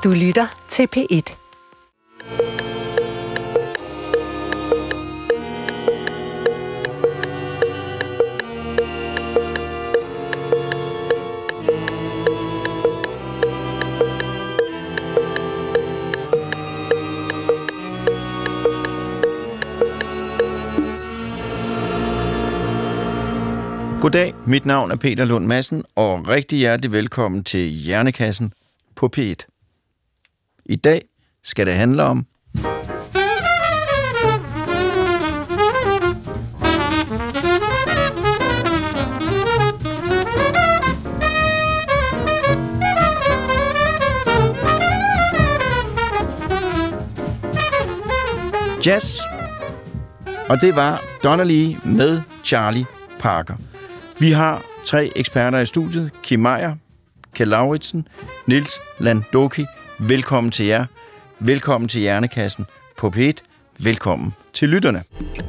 Du lytter til P1. Goddag, mit navn er Peter Lund Madsen, og rigtig hjertelig velkommen til Hjernekassen på P1. I dag skal det handle om jazz, og det var Donnelly med Charlie Parker. Vi har 3 eksperter i studiet. Kim Meyer, Kjeld Lauritsen, Niels Landoki. Velkommen til jer. Velkommen til Hjernekassen på P1. Velkommen til lytterne.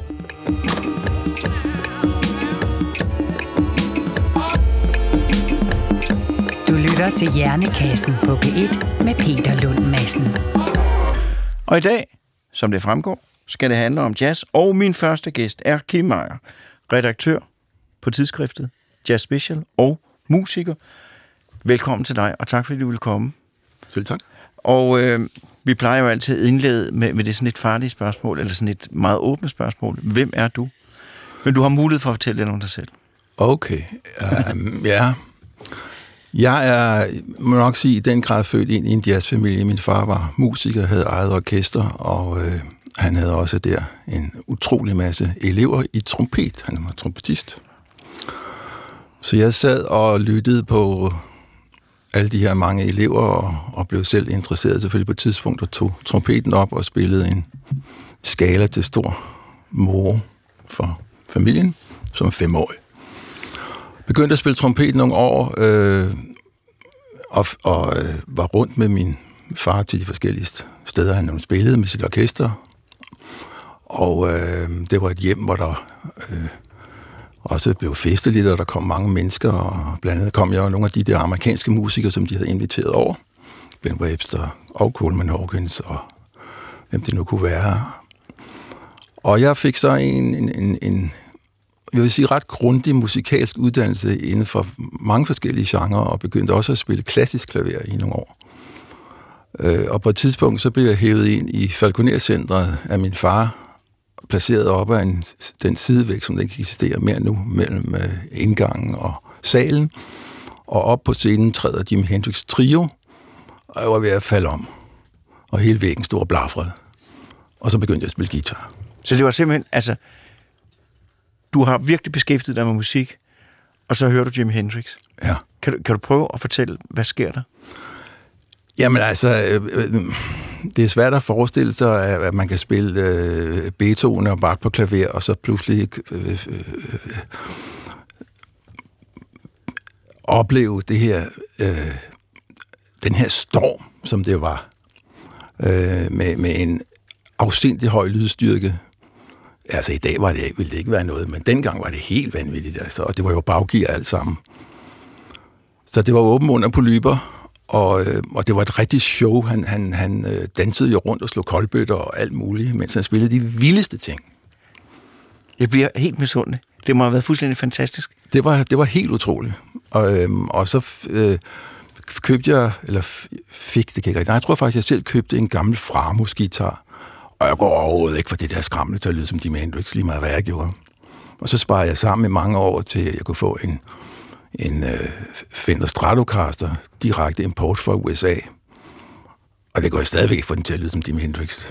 Du lytter til Hjernekassen på P1 med Peter Lund Madsen. Og i dag, som det fremgår, skal det handle om jazz, og min første gæst er Kim Meyer, redaktør på tidsskriftet Jazz Special og musiker. Velkommen til dig, og tak fordi du ville komme. Selv tak. Og vi plejer jo altid at indlede med det sådan et farligt spørgsmål, eller sådan et meget åbent spørgsmål. Hvem er du? Men du har mulighed for at fortælle lidt om dig selv. Okay. Ja. Jeg er, må nok sige, i den grad født ind i en jazzfamilie. Min far var musiker, havde eget orkester, og han havde også der en utrolig masse elever i trompet. Han var trompetist. Så jeg sad og lyttede på alle de her mange elever, og blev selv interesseret selvfølgelig på et tidspunkt, og tog trompeten op og spillede en skala til stor moro for familien, som 5-årig. Begyndte at spille trompet nogle år, og var rundt med min far til de forskellige steder, han spillede med sit orkester. Og det var et hjem, hvor der også blev festeligt, og der kom mange mennesker, og blandt andet kom jeg og nogle af de der amerikanske musikere, som de havde inviteret over. Ben Webster og Coleman Hawkins, og hvem det nu kunne være. Og jeg fik så en jeg vil sige, ret grundig musikalsk uddannelse inden for mange forskellige genrer, og begyndte også at spille klassisk klaver i nogle år. Og på et tidspunkt, så blev jeg hævet ind i Falconer-centret af min far, placeret op af den sidevæg, som den eksisterer mere nu, mellem indgangen og salen. Og op på scenen træder Jimi Hendrix Trio, og jeg var ved at falde om. Og hele væggen stod og blafrede. Og så begyndte jeg at spille guitar. Så det var simpelthen, altså, du har virkelig beskæftiget dig med musik, og så hører du Jimi Hendrix. Ja. Kan du prøve at fortælle, hvad sker der? Jamen altså, det er svært at forestille sig, at man kan spille Beethoven og Bach på klaver, og så pludselig opleve det her, den her storm, som det var, med en afsindig høj lydstyrke. Altså i dag ville det ikke være noget, men dengang var det helt vanvittigt, altså, og det var jo baggear alt sammen. Så det var åben under polyper. Og det var et rigtigt show. Han dansede jo rundt og slog koldbøtter og alt muligt, mens han spillede de vildeste ting. Jeg bliver helt misundelig. Det må have været fuldstændig fantastisk. Det var helt utroligt. Og så købte jeg, eller fik det, kan jeg ikke. Nej, jeg tror faktisk, jeg selv købte en gammel Framus-guitar. Og jeg går overhovedet ikke for det der skramle til at lyde som Jimi Hendrix, lige meget hvad jeg gjorde. Og så sparede jeg sammen i mange år til, at jeg kunne få en Fender Stratocaster, direkte import fra USA. Og det går jeg stadigvæk ikke for den til at lyde som Jimi Hendrix.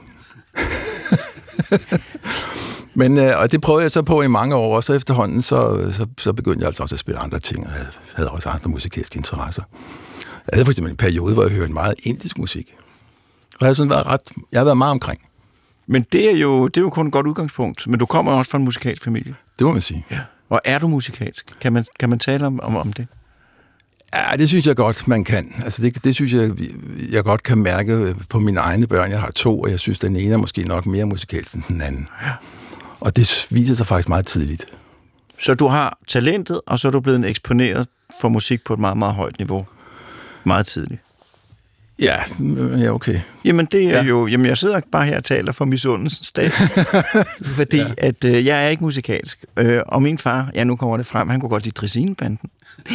Men, og det prøvede jeg så på i mange år, og så efterhånden, så begyndte jeg altså også at spille andre ting, og jeg havde også andre musikalske interesser. Jeg havde for eksempel en periode, hvor jeg hørte meget indisk musik. Og jeg har været meget omkring. Men det er jo kun et godt udgangspunkt. Men du kommer også fra en musikalsk familie. Det må man sige. Ja. Og er du musikalsk? Kan man tale om det? Ja, det synes jeg godt, man kan. Altså det synes jeg godt kan mærke på mine egne børn. Jeg har 2, og jeg synes, den ene er måske nok mere musikalsk end den anden. Ja. Og det viser sig faktisk meget tidligt. Så du har talentet, og så er du blevet eksponeret for musik på et meget, meget højt niveau. Meget tidligt. Ja, okay. Jamen, det er jo... Jamen, jeg sidder bare her og taler for misundelsens dag. Fordi at jeg er ikke musikalsk. Og min far, nu kommer det frem, han kunne godt lide Dressinebanden.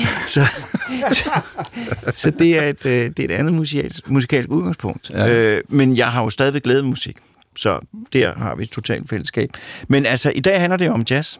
så det er et andet musikalsk udgangspunkt. Ja. Men jeg har jo stadigvæk glædet musik. Så der har vi et totalt fællesskab. Men altså, i dag handler det om jazz.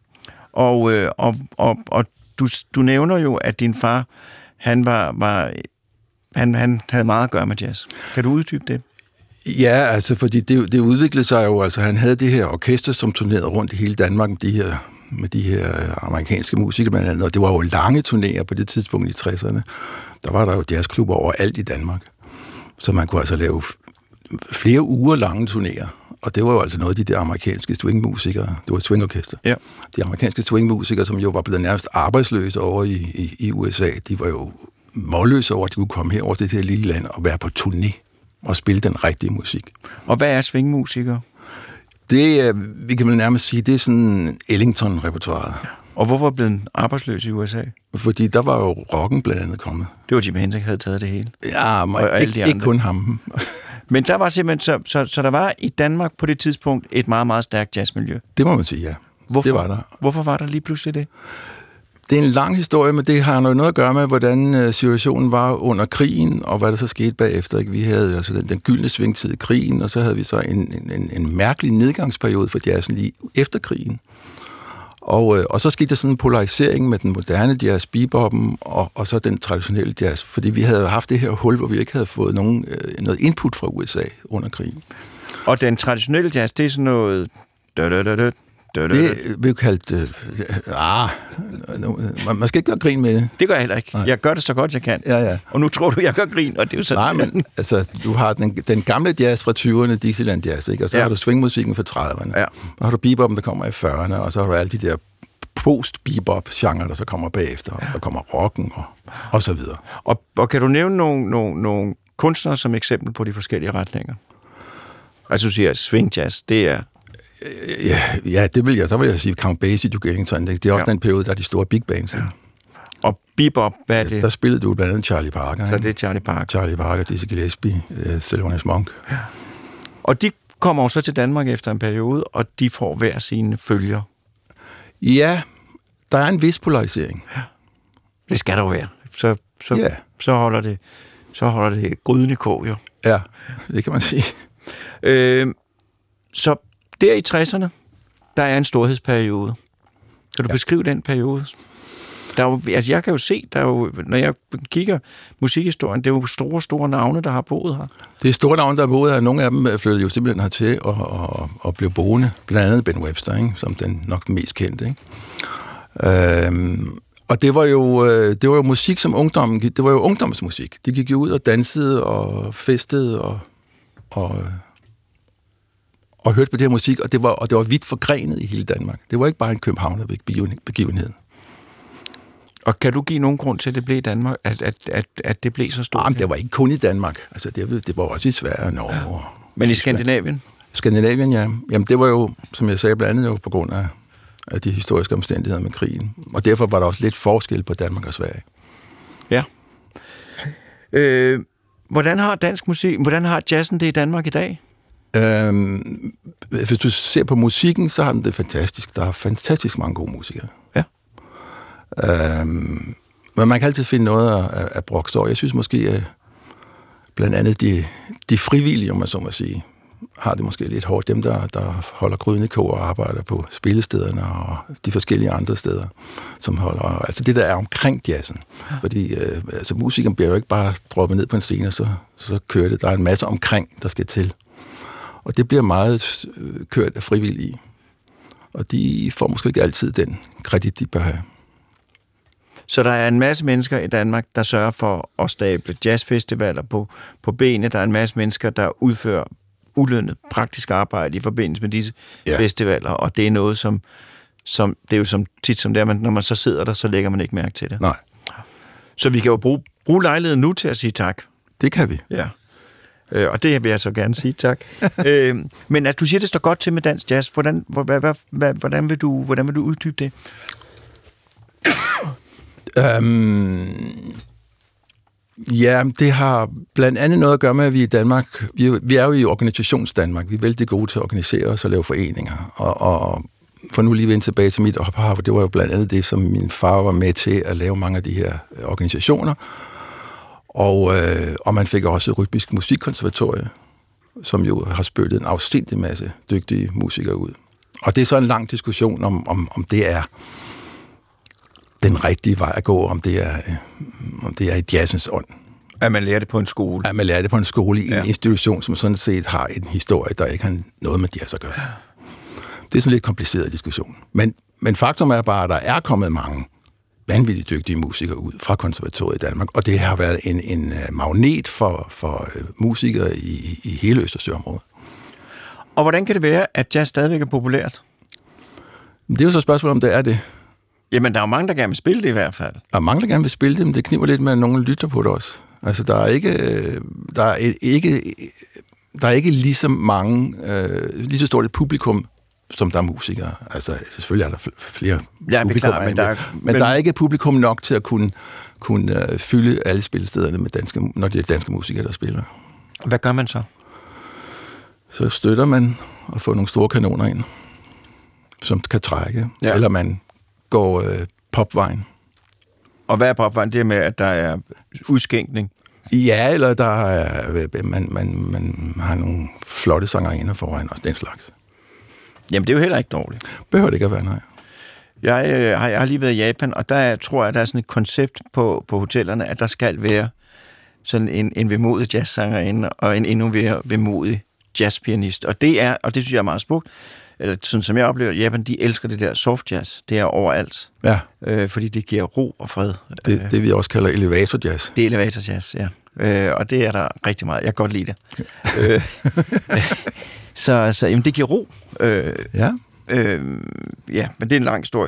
Og du nævner jo, at din far, han havde meget at gøre med jazz. Kan du uddybe det? Ja, altså, fordi det udviklede sig jo, altså han havde det her orkester, som turnerede rundt i hele Danmark med de her amerikanske musikere blandt andet, og det var jo lange turnéer på det tidspunkt i 60'erne. Der var der jo jazzklubber overalt i Danmark, så man kunne altså lave flere uger lange turnéer, og det var jo altså noget af de der amerikanske swingmusikere, det var et swingorkester. Ja. De amerikanske swingmusikere, som jo var blevet nærmest arbejdsløse over i USA, de var jo målløse over, at de kunne komme her over til det her lille land og være på turné og spille den rigtige musik. Og hvad er swingmusikere? Det, vi kan vel nærmest sige, det er sådan Ellington-repertoiret. Og hvorfor blev den arbejdsløs i USA? Fordi der var jo rocken blandt andet kommet. Det var Jimi Hendrix, der havde taget det hele. Ja, men ikke kun ham. Men der var simpelthen, så der var i Danmark på det tidspunkt et meget, meget stærkt jazzmiljø. Det må man sige, ja. Hvorfor? Det var der. Hvorfor var der lige pludselig det? Det er en lang historie, men det har noget at gøre med, hvordan situationen var under krigen, og hvad der så skete bagefter. Ikke? Vi havde altså den gyldne svingtid i krigen, og så havde vi så en mærkelig nedgangsperiode for jazzen lige efter krigen. Og så skete der sådan en polarisering med den moderne jazz, beboppen, og så den traditionelle jazz, fordi vi havde haft det her hul, hvor vi ikke havde fået noget input fra USA under krigen. Og den traditionelle jazz, det er sådan noget... Det vil kaldt... man skal ikke gøre grin med det. Det gør jeg heller ikke. Nej. Jeg gør det så godt, jeg kan. Ja. Og nu tror du, jeg gør grin, og det er jo sådan... Nej, men altså, du har den gamle jazz fra 20'erne, Dixieland jazz, ikke? Og så har du swingmusikken fra 30'erne. Ja. Og har du beboppen, der kommer i 40'erne, og så har du alle de der post-bebop-genre, der så kommer bagefter. Og der kommer rocken og så videre. Og kan du nævne nogle kunstnere som eksempel på de forskellige retninger? Altså, du siger, swing jazz, det er... Ja, det vil jeg. Så vil jeg sige Count Basie, Duke Ellington. Det er også den periode, der er de store big bands. Ja. Og bebop, hvad er det? Der spillede du blandt andet Charlie Parker. Så det er Charlie Parker. Charlie Parker, Dizzy Gillespie, Thelonious Monk. Ja. Og de kommer jo så til Danmark efter en periode, og de får hver sine følger. Ja, der er en vis polarisering. Ja. Det skal der jo være. Så holder det gryden i kog, jo. Ja, det kan man sige. Så der i 60'erne, der er en storhedsperiode. Kan du beskrive den periode? Der er jo, altså jeg kan jo se, der er jo, når jeg kigger musikhistorien, det er jo store navne, der har boet her. Det er store navne, der har boet her. Nogle af dem flyttede jo simpelthen hertil og blev boende. Blandt andet Ben Webster, ikke? Som den nok den mest kendte. Ikke? Og det var jo musik som ungdommen. Det var jo ungdomsmusik. De gik jo ud og dansede og festede og hørte på det her musik, og det var vidt forgrenet i hele Danmark. Det var ikke bare en københavnerbegivenhed. Og kan du give nogen grund til, at det blev i Danmark, at det blev så stort? Jamen, det var ikke kun i Danmark. Altså, det var også i Sverige og Norge. Ja. Men i Skandinavien? Skandinavien, ja. Jamen, det var jo, som jeg sagde, blandt andet jo på grund af de historiske omstændigheder med krigen. Og derfor var der også lidt forskel på Danmark og Sverige. Ja. Hvordan har jazzen det i Danmark i dag? Hvis du ser på musikken, så har den det fantastisk. Der er fantastisk mange gode musikere. Ja. Men man kan altid finde noget af brokstår. Jeg synes måske, at blandt andet de frivillige, om man så må sige, har det måske lidt hårdt. Dem, der holder gryden i kog og arbejder på spillestederne og de forskellige andre steder, som holder... Altså det, der er omkring jazzen. Fordi altså, musikeren bliver jo ikke bare droppet ned på en scene, og så kører det. Der er en masse omkring, der skal til. Og det bliver meget kørt af frivillige. Og de får måske ikke altid den kredit, de bør have. Så der er en masse mennesker i Danmark, der sørger for at stable jazzfestivaler på benene. Der er en masse mennesker, der udfører ulønnet praktisk arbejde i forbindelse med disse festivaler. Og det er noget, som det er jo som tit som der, når man så sidder der, så lægger man ikke mærke til det. Nej. Så vi kan jo bruge lejligheden nu til at sige tak. Det kan vi. Ja. Og det vil jeg så gerne sige tak. Men altså, du siger, det står godt til med dansk jazz. Hvordan vil du uddybe det? Ja, det har blandt andet noget at gøre med, at vi i Danmark, vi er jo i organisationsdanmark, vi er vældig gode til at organisere os og lave foreninger, og for nu lige vende tilbage til mit ophav, det var jo blandt andet det, som min far var med til at lave mange af de her organisationer, og man fik også Rytmisk Musikkonservatorie, som jo har spyttet en afsindig masse dygtige musikere ud. Og det er så en lang diskussion om det er den rigtige vej at gå, om det er i jazzens ånd. At man lærer det på en skole. At man lærer det på en skole i en institution, som sådan set har en historie, der ikke har noget med jazz at gøre. Det er sådan en lidt kompliceret diskussion. Men faktum er bare, at der er kommet mange vanvittigt dygtige musikere ud fra konservatoriet i Danmark, og det har været en magnet for musikere i hele Østersøområdet. Og hvordan kan det være, at jazz stadigvæk er populært? Det er jo så et spørgsmål, om det er det. Jamen, der er jo mange, der gerne vil spille det i hvert fald. Der er mange, der gerne vil spille det, men det kniber lidt med, at nogen lytter på det også. Altså, der er ikke lige så mange, lige så stort et publikum, som der er musikere. Altså, selvfølgelig er der flere publikum, men der er ikke publikum nok til at kunne fylde alle spillestederne med når det er danske musikere, der spiller. Hvad gør man så? Så støtter man og får nogle store kanoner ind, som kan trække. Ja. Eller man går popvejen. Og hvad er popvejen? Det er med, at der er udskænkning? Ja, eller der er, man har nogle flotte sangerinder foran os, den slags. Jamen, det er jo heller ikke dårligt. Behøver det ikke at være, nej. Jeg har lige været i Japan, og der tror jeg, der er sådan et koncept på hotellerne, at der skal være sådan en vemodig jazzsangerinde og en endnu mere vemodig jazzpianist. Og det synes jeg er meget smukt. Eller sådan som jeg oplever, Japan, de elsker det der soft jazz. Det er overalt. Ja. Fordi det giver ro og fred. Det vi også kalder elevator jazz. Det er elevator jazz, ja. Og det er der rigtig meget. Jeg kan godt lide det. Så jamen, det giver ro. Ja. Ja, men det er en lang historie.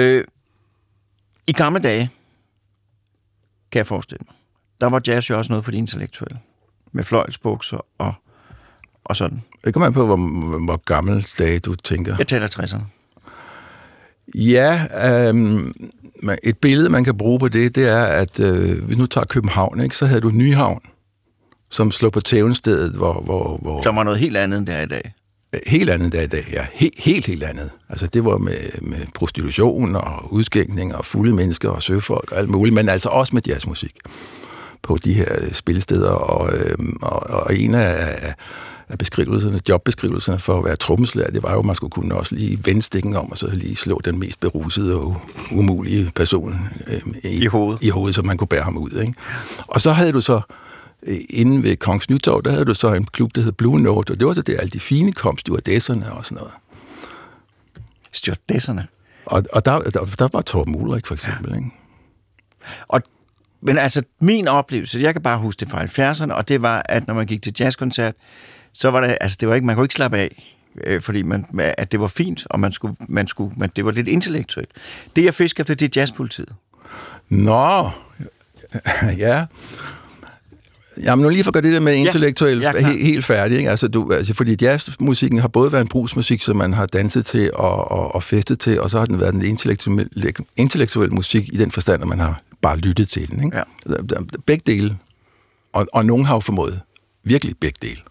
I gamle dage, kan jeg forestille mig, der var jazz jo også noget for de intellektuelle. Med fløjlsbukser og sådan. Det kommer an på, hvor gammel dage du tænker. Jeg taler 60'erne. Ja, et billede, man kan bruge på det er, at hvis nu tager København, ikke, så havde du Nyhavn, som slog på tævnstedet, hvor... Som var noget helt andet end der i dag. Helt andet der i dag, ja. Helt andet. Altså, det var med prostitution og udskænkning og fulde mennesker og søfolk og alt muligt, men altså også med jazzmusik på de her spillesteder. Og en af jobbeskrivelserne for at være trommeslager, det var jo, at man skulle kunne også lige vende stikken om, og så lige slå den mest berusede og umulige person i hovedet, så man kunne bære ham ud. Ikke? Og så havde du så inde ved Kongens Nytorv, der havde du så en klub, der hed Blue Note, og det var så der alle de fine kom, stewardesserne og sådan noget. Stewardesserne? Og der var Torben Ulrik for eksempel, ikke? Men altså, min oplevelse, jeg kan bare huske det fra 70'erne, og det var, at når man gik til jazzkoncert, så var det, altså det var ikke, man kunne ikke slappe af, fordi at det var fint, og det var lidt intellektuelt. Det, jeg fisker efter, det er jazzpolitiet. Nå, ja. Jamen nu lige for at gøre det der med intellektuelt helt færdigt, ikke? Altså, fordi jazzmusikken har både været en brugsmusik, som man har danset til og festet til, og så har den været en intellektuel musik i den forstand, at man har bare lyttet til den. Ikke? Ja. Begge dele. Og nogen har jo formået virkelig begge dele.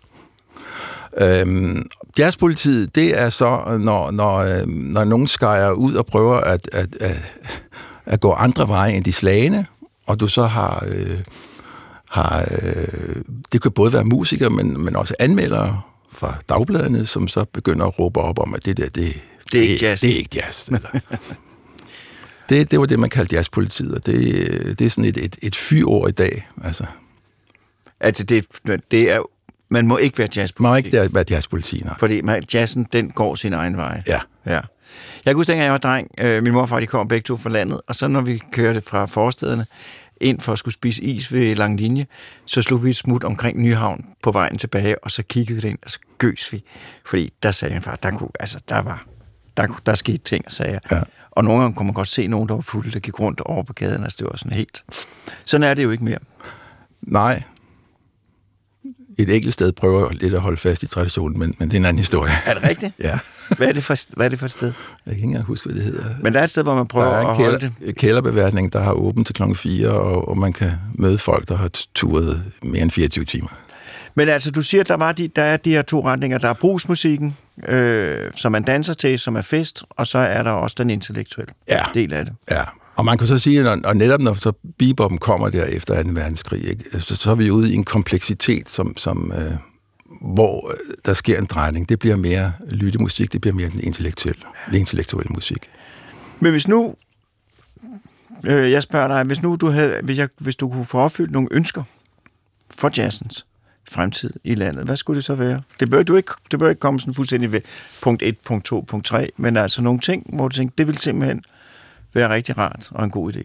Jazzpolitiet, det er så, når nogen skærer ud og prøver at gå andre veje end de slagende, og du så har det kan både være musikere, men også anmeldere fra dagbladene, som så begynder at råbe op om, at det er ikke jazz. Det er ikke jazz. Det var det, man kaldte jazzpolitiet, og det er sådan et fyord i dag. Altså det er, man må ikke være jazzpoliti. Man må ikke være jazzpoliti, nej. Fordi jazzen, den går sin egen vej. Ja. Jeg kan huske, dengang jeg var dreng, min mor og far, de kom begge to fra landet, og så når vi kørte fra forstederne ind for at skulle spise is ved lang linje, så slog vi et smut omkring Nyhavn på vejen tilbage, og så kiggede vi ind, og så gøs vi. Fordi der sagde min far, der skete ting og sager. Ja. Og nogle gange kunne man godt se nogen, der var fulde, der gik rundt over på gaden, altså det var sådan helt. Sådan er det jo ikke mere. Nej. et enkelt sted prøver lidt at holde fast i traditionen, men det er en anden historie. Er det rigtigt? Ja. Hvad er det for et sted? Jeg kan ikke engang huske, hvad det hedder. Men der er et sted, hvor man prøver at holde det. En kælderbeværtning, der har åbent til klokken 4, og man kan møde folk, der har turet mere end 24 timer. Men altså, du siger, at der er de her to retninger. Der er brugsmusikken, som man danser til, som er fest, og så er der også den intellektuelle del af det. Ja, og man kan så sige, at netop når så beboppen kommer der efter 2. verdenskrig, ikke, så er vi ude i en kompleksitet, hvor der sker en drejning. Det bliver mere lyttemusik, det bliver mere den intellektuelle musik. Men hvis nu, jeg spørger dig, hvis du kunne få opfyldt nogle ønsker for jazzens fremtid i landet, hvad skulle det så være? Det bør ikke komme sådan fuldstændig ved punkt 1, punkt 2, punkt 3, men altså nogle ting, hvor du tænker, det vil simpelthen være rigtig rart og en god idé.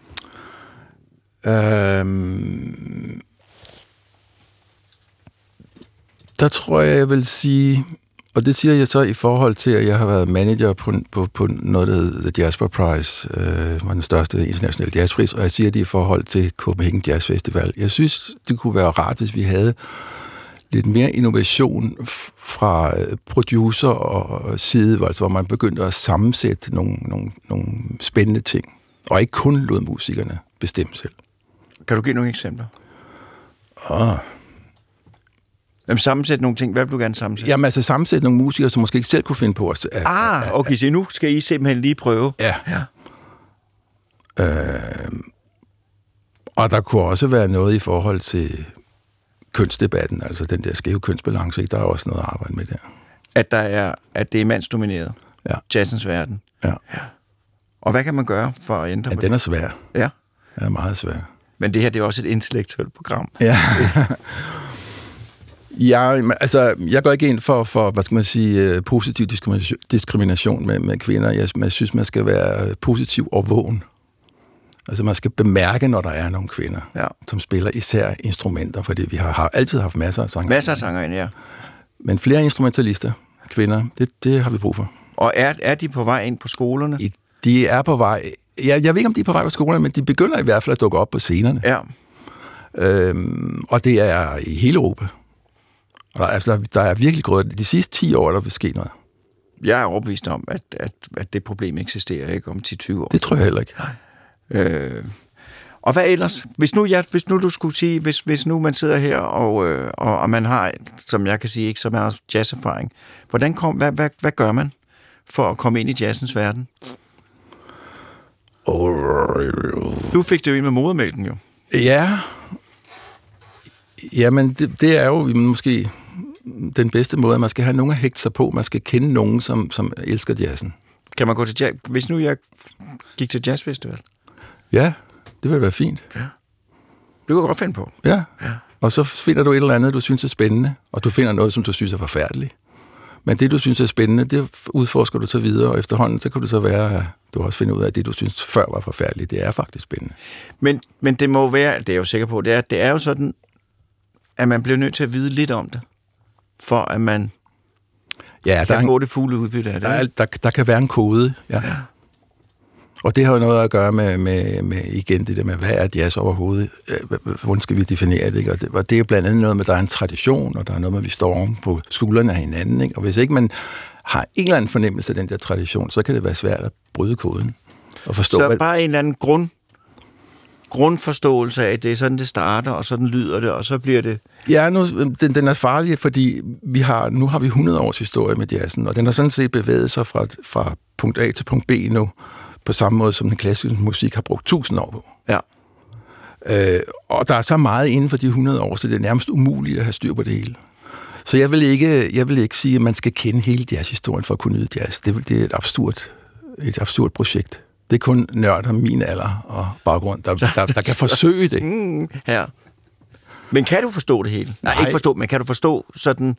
Der tror jeg vil sige, og det siger jeg så i forhold til, at jeg har været manager på noget, der hedder The Jasper Prize, var den største internationale jazzpris, og jeg siger det i forhold til Copenhagen Jazz Festival. Jeg synes, det kunne være rart, hvis vi havde lidt mere innovation fra producer og side, altså hvor man begyndte at sammensætte nogle spændende ting, og ikke kun lod musikerne bestemme selv. Kan du give nogle eksempler? Jamen, sammensætte nogle ting. Hvad vil du gerne sammensætte? Jamen, altså sammensætte nogle musikere, som måske ikke selv kunne finde på os. Okay, så nu skal I simpelthen lige prøve. Ja. Og der kunne også være noget i forhold til kønsdebatten, altså den der skæve kønsbalance, ikke? Der er også noget at arbejde med der. At det er mandsdomineret. Ja. Jazzens verden. Ja. Og hvad kan man gøre for at ændre på det? Den er svær. Ja. Den er meget svær. Men det her, det er også et intellektuelt program. Ja. Ja, altså, jeg går ikke ind for hvad skal man sige, positiv diskrimination med kvinder. Jeg synes, man skal være positiv og vågen. Altså, man skal bemærke, når der er nogle kvinder, som spiller især instrumenter, fordi vi har altid haft masser af sangere. Masser af sangere, ja. Men flere instrumentalister, kvinder, det har vi brug for. Og er de på vej ind på skolerne? De er på vej. Jeg ved ikke, om de er på vej på skolerne, men de begynder i hvert fald at dukke op på scenerne. Ja. Og det er i hele Europa. Der er virkelig gået de sidste 10 år, der vil ske noget. Jeg er overbevist om, at det problem eksisterer ikke om 10-20 år. Det tror jeg heller ikke. Og hvad ellers? Hvis nu du skulle sige, hvis nu man sidder her, og man har, som jeg kan sige, ikke så meget jazzerfaring, hvad gør man for at komme ind i jazzens verden? Du fik det jo ind med modermælken, jo. Ja. Jamen, det er jo måske den bedste måde. Man skal have nogen at hægte sig på. Man skal kende nogen, som elsker jazzen. Kan man gå til jazz? Hvis nu jeg gik til jazzfestival? Ja, det ville være fint. Ja. Du kan godt finde på. Ja. Og så finder du et eller andet, du synes er spændende, og du finder noget, som du synes er forfærdeligt. Men det, du synes er spændende, det udforsker du så videre, og efterhånden, så kan du så være, du også finde ud af, at det, du synes før var forfærdeligt, det er faktisk spændende. Men det må være, det er jeg jo sikker på, det er jo sådan, at man bliver nødt til at vide lidt om det, for at man kan få det fulde udbytte af det. Der kan være en kode, ja. Og det har jo noget at gøre med igen det der med, hvad er jazz overhovedet? Hvordan skal vi definere det? Ikke? Og det er blandt andet noget med, at der er en tradition, og der er noget med, at vi står på skuldrene af hinanden. Ikke? Og hvis ikke man har en eller anden fornemmelse af den der tradition, så kan det være svært at bryde koden og forstå. Så bare en eller anden grundforståelse af, at det er sådan, det starter, og sådan lyder det, og så bliver det... Ja, den er farlig, fordi nu har vi 100 års historie med jazzen, og den har sådan set bevæget sig fra punkt A til punkt B nu, på samme måde som den klassiske musik har brugt 1000 år på. Ja. Og der er så meget inden for de 100 år, så det er nærmest umuligt at have styr på det hele. Så jeg vil ikke sige, at man skal kende hele jazzhistorien for at kunne nyde jazz. Det er et absurd projekt. Det er kun nørder min alder og baggrund, der kan forsøge det. Ja. Men kan du forstå det hele? Nej, ikke forstå, men kan du forstå sådan...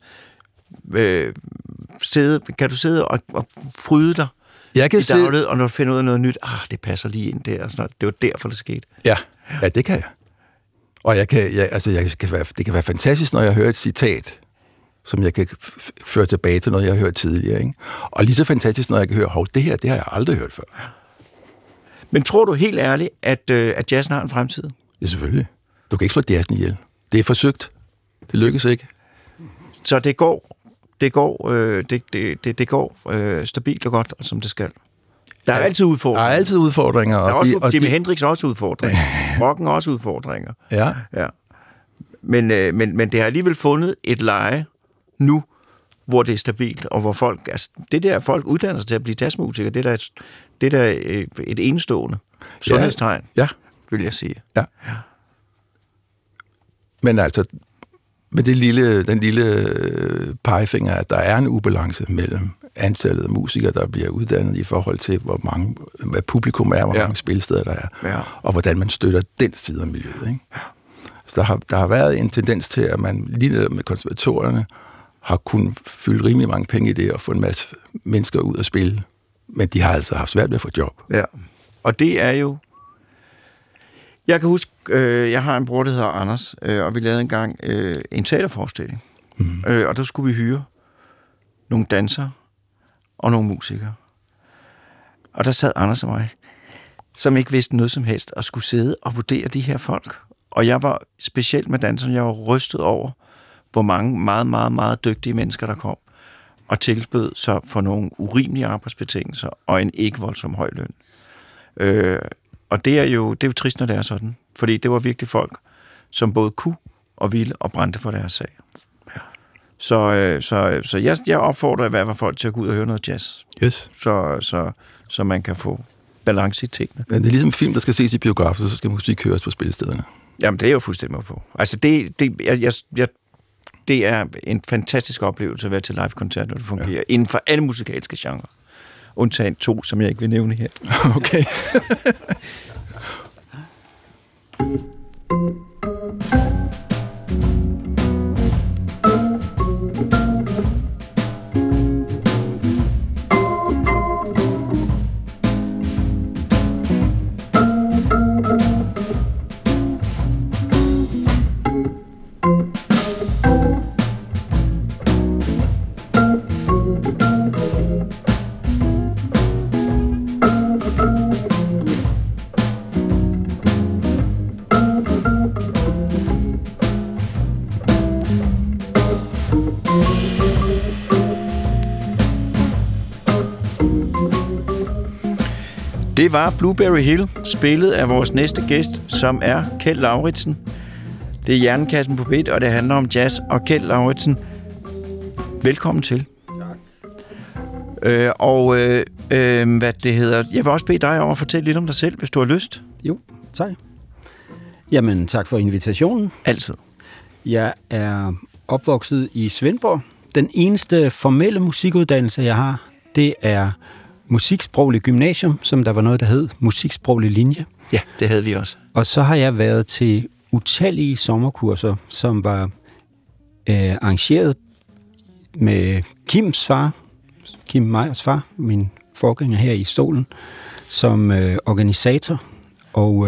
kan du sidde og fryde dig jeg kan i dagligt, og når du finder ud af noget nyt, det passer lige ind der, og sådan noget. Det var derfor, det skete. Ja, det kan jeg. Og det kan være fantastisk, når jeg hører et citat, som jeg kan føre tilbage til noget, jeg har hørt tidligere. Ikke? Og lige så fantastisk, når jeg kan høre, det her, det har jeg aldrig hørt før. Men tror du helt ærligt, at jazzen har en fremtid? Ja, selvfølgelig. Du kan ikke slå jazzen ihjel. Det er forsøgt. Det lykkes ikke. Så det går stabilt og godt, som det skal. Der er altid udfordringer. Der er altid udfordringer. Der er også, Jimi Hendrix også udfordringer. Rocken er også udfordringer. Ja. Men det har alligevel fundet et leje nu, hvor det er stabilt, og hvor folk, altså, det der folk uddanner sig til at blive jazzmusikere, det er der et enestående sundhedstegn, vil jeg sige. Ja. Men altså, med den lille pegefinger, at der er en ubalance mellem antallet af musikere, der bliver uddannet i forhold til, hvad publikum er, hvor mange spilsteder der er, og hvordan man støtter den side af miljøet. Ikke? Ja. Så der har været en tendens til, at man lige med konservatorierne har kunnet fylde rimelig mange penge i det og få en masse mennesker ud at spille. Men de har altså haft svært ved at få job. Ja, og det er jo... Jeg kan huske, jeg har en bror, der hedder Anders, og vi lavede engang en teaterforestilling. Og der skulle vi hyre nogle dansere og nogle musikere. Og der sad Anders og mig, som ikke vidste noget som helst, og skulle sidde og vurdere de her folk. Og jeg var specielt med danserne, jeg var rystet over, hvor mange meget, meget, meget dygtige mennesker, der kom, og tilbød sig for nogle urimelige arbejdsbetingelser og en ikke voldsom høj løn. Og det er jo trist, når det er sådan. Fordi det var virkelig folk, som både kunne og ville og brændte for deres sag. Så jeg opfordrer i hvert fald folk til at gå ud og høre noget jazz. Yes. Så man kan få balance i tingene. Ja, det er ligesom film, der skal ses i biografer, så skal musik høres på spillestederne. Jamen, det er jeg jo fuldstændig med på. Altså, det er en fantastisk oplevelse at være til live-koncert, når det fungerer. Inden for alle musikalske genrer. Undtagen 2, som jeg ikke vil nævne her. Okay. Det var Blueberry Hill, spillet af vores næste gæst, som er Kjeld Lauritsen. Det er Hjernekassen på P1, og det handler om jazz. Og Kjeld Lauritsen, velkommen til. Tak. Hvad det hedder, jeg vil også bede dig om at fortælle lidt om dig selv, hvis du har lyst. Jo, tak. Jamen, tak for invitationen. Altid. Jeg er opvokset i Svendborg. Den eneste formelle musikuddannelse, jeg har, det er musiksproglig gymnasium, som der var noget, der hed musiksproglig linje. Ja, det havde vi også. Og så har jeg været til utallige sommerkurser, som var arrangeret med Kims far, Kim Meyers far, min forgænger her i stolen, som organisator. Og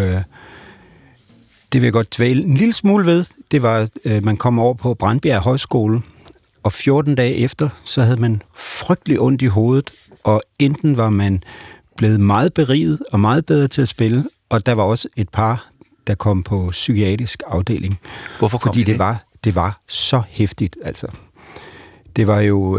det vil jeg godt dvæle en lille smule ved. Det var, man kom over på Brandbjerg Højskole, og 14 dage efter, så havde man frygtelig ondt i hovedet, og enten var man blevet meget beriget og meget bedre til at spille, og der var også et par, der kom på psykiatrisk afdeling. Hvorfor kom Fordi det var så hæftigt, altså. Det var jo...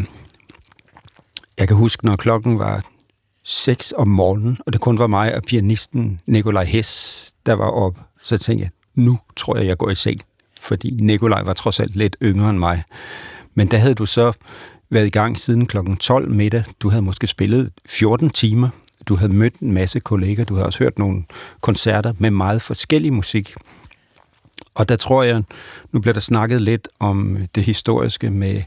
jeg kan huske, når klokken var 6 om morgenen, og det kun var mig og pianisten Nikolaj Hess, der var oppe, så tænkte jeg, nu tror jeg går i seng. Fordi Nikolaj var trods alt lidt yngre end mig. Men der havde du så været i gang siden klokken 12 middag. Du havde måske spillet 14 timer. Du havde mødt en masse kolleger. Du havde også hørt nogle koncerter med meget forskellig musik. Og der tror jeg, nu bliver der snakket lidt om det historiske med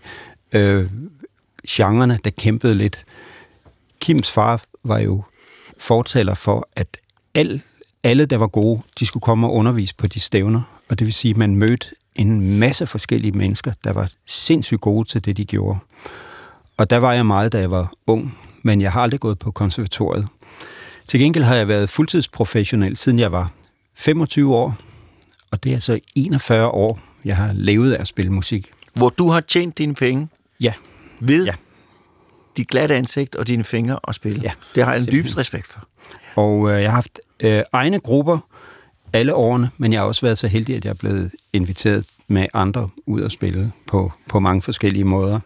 genrerne, der kæmpede lidt. Kims far var jo fortaler for, at alle, der var gode, de skulle komme og undervise på de stævner. Og det vil sige, at man mødte en masse forskellige mennesker, der var sindssygt gode til det, de gjorde. Og der var jeg meget, da jeg var ung, men jeg har aldrig gået på konservatoriet. Til gengæld har jeg været fuldtidsprofessionel, siden jeg var 25 år, og det er altså 41 år, jeg har levet af at spille musik. Hvor du har tjent dine penge? Ja. Ved dit glatte ansigt og dine fingre at spille? Ja. Det har jeg en dybest respekt for. Og jeg har haft egne grupper alle årene, men jeg har også været så heldig, at jeg er blevet inviteret med andre ud at spille på mange forskellige måder.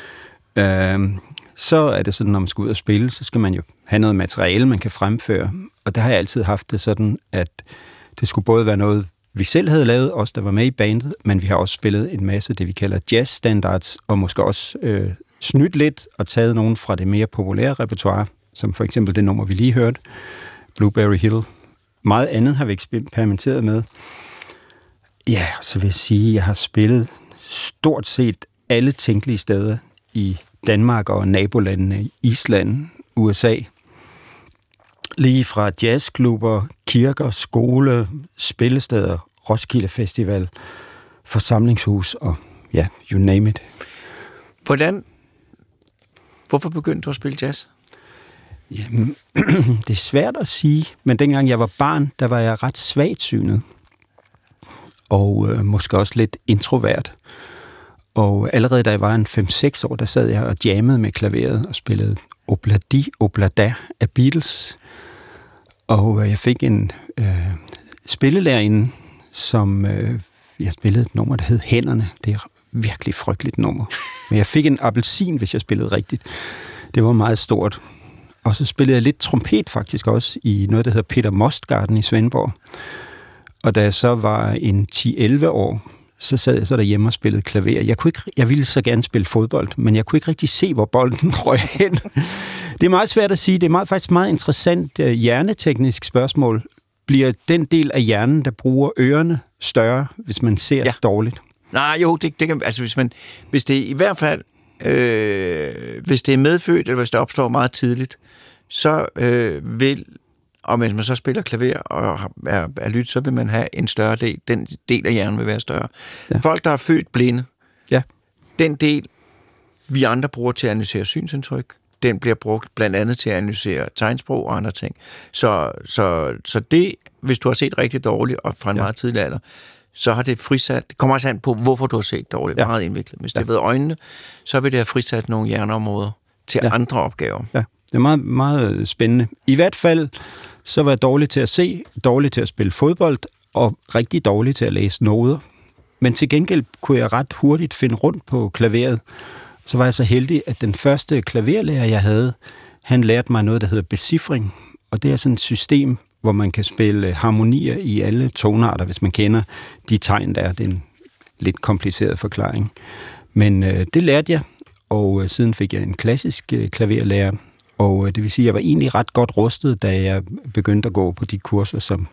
Så er det sådan, når man skal ud og spille, så skal man jo have noget materiale, man kan fremføre. Og der har jeg altid haft det sådan, at det skulle både være noget, vi selv havde lavet, os der var med i bandet, men vi har også spillet en masse det, vi kalder jazz-standards, og måske også snydt lidt og taget nogle fra det mere populære repertoire, som for eksempel det nummer, vi lige hørte, Blueberry Hill. Meget andet har vi eksperimenteret med. Ja, så vil jeg sige, at jeg har spillet stort set alle tænkelige steder i Danmark og nabolandene, Island, USA. Lige fra jazzklubber, kirker, skole, spillesteder, Roskilde Festival, forsamlingshus og ja, you name it. Hvorfor begyndte du at spille jazz? Jamen, det er svært at sige, men dengang jeg var barn, der var jeg ret svagtsynet. Og måske også lidt introvert. Og allerede da jeg var en 5-6 år, der sad jeg og jammede med klaveret og spillede Obladi Oblada af Beatles. Og jeg fik en spillelærerinde, som jeg spillede et nummer, der hed Hænderne. Det er virkelig frygteligt nummer. Men jeg fik en appelsin, hvis jeg spillede rigtigt. Det var meget stort. Og så spillede jeg lidt trompet faktisk også i noget, der hedder Peter Mostgarden i Svendborg. Og da jeg så var en 10-11 år, så sad jeg så derhjemme og spillede klaver. Jeg ville så gerne spille fodbold, men jeg kunne ikke rigtig se, hvor bolden røg hen. Det er meget svært at sige. Det er faktisk meget interessant hjerneteknisk spørgsmål. Bliver den del af hjernen, der bruger ørerne, større, hvis man ser dårligt? Nej, jo, det kan, altså hvis det i hvert fald, hvis det er medfødt, eller hvis det opstår meget tidligt, så og hvis man så spiller klaver og er lyt, så vil man have en større del. Den del af hjernen vil være større. Ja. Folk, der er født blinde, den del, vi andre bruger til at analysere synsindtryk, den bliver brugt blandt andet til at analysere tegnsprog og andre ting. Så det, hvis du har set rigtig dårligt, og fra en meget tidlig alder, så har det frisat, det kommer også an på, hvorfor du har set dårligt, meget indviklet. Hvis det har været øjnene, så vil det have frisat nogle hjerneområder til andre opgaver. Ja, det er meget, meget spændende. I hvert fald, så var jeg dårlig til at se, dårlig til at spille fodbold, og rigtig dårlig til at læse noder. Men til gengæld kunne jeg ret hurtigt finde rundt på klaveret. Så var jeg så heldig, at den første klaverlærer, jeg havde, han lærte mig noget, der hedder becifring. Og det er sådan et system, hvor man kan spille harmonier i alle tonarter, hvis man kender de tegn, der er. Det er en lidt kompliceret forklaring. Men det lærte jeg, og siden fik jeg en klassisk klaverlærer. Og det vil sige, at jeg var egentlig ret godt rustet, da jeg begyndte at gå på de kurser, som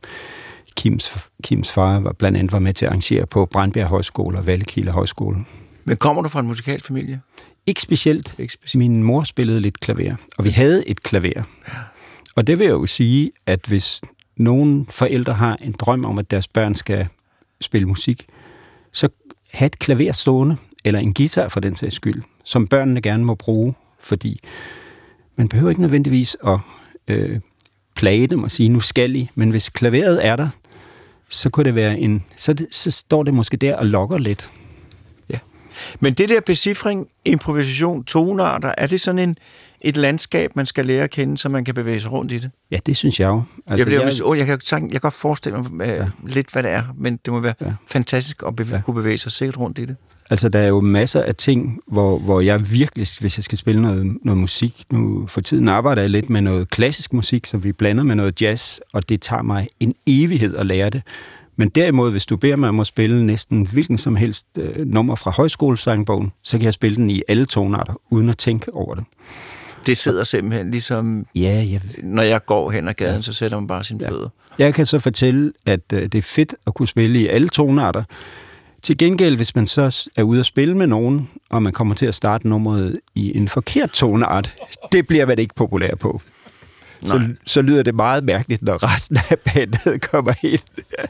Kims far blandt andet var med til at arrangere på Brandbjerg Højskole og Vallekilde Højskole. Men kommer du fra en musikalsk familie? Ikke specielt. Min mor spillede lidt klaver, og vi havde et klaver. Ja. Og det vil jeg jo sige, at hvis nogle forældre har en drøm om, at deres børn skal spille musik, så have et klaver stående, eller en guitar for den sags skyld, som børnene gerne må bruge, fordi man behøver ikke nødvendigvis at plage dem og sige, nu skal I, men hvis klaveret er der, så kunne det være så står det måske der og lokker lidt. Ja. Men det der becifring, improvisation, tonearter, er det sådan et landskab, man skal lære at kende, så man kan bevæge sig rundt i det? Ja, det synes jeg jo. Altså, jeg kan godt forestille mig lidt, hvad det er, men det må være fantastisk at kunne bevæge sig sikkert rundt i det. Altså, der er jo masser af ting, hvor jeg virkelig, hvis jeg skal spille noget musik, nu for tiden arbejder jeg lidt med noget klassisk musik, som vi blander med noget jazz, og det tager mig en evighed at lære det. Men derimod, hvis du beder mig om at spille næsten hvilken som helst nummer fra højskolesangbogen, så kan jeg spille den i alle tonarter, uden at tænke over det. Det sidder simpelthen ligesom, når jeg går hen ad gaden, så sætter man bare sine fødder. Jeg kan så fortælle, at det er fedt at kunne spille i alle tonarter. Til gengæld, hvis man så er ude at spille med nogen, og man kommer til at starte nummeret i en forkert toneart, det bliver man ikke populær på. Så lyder det meget mærkeligt, når resten af bandet kommer ind.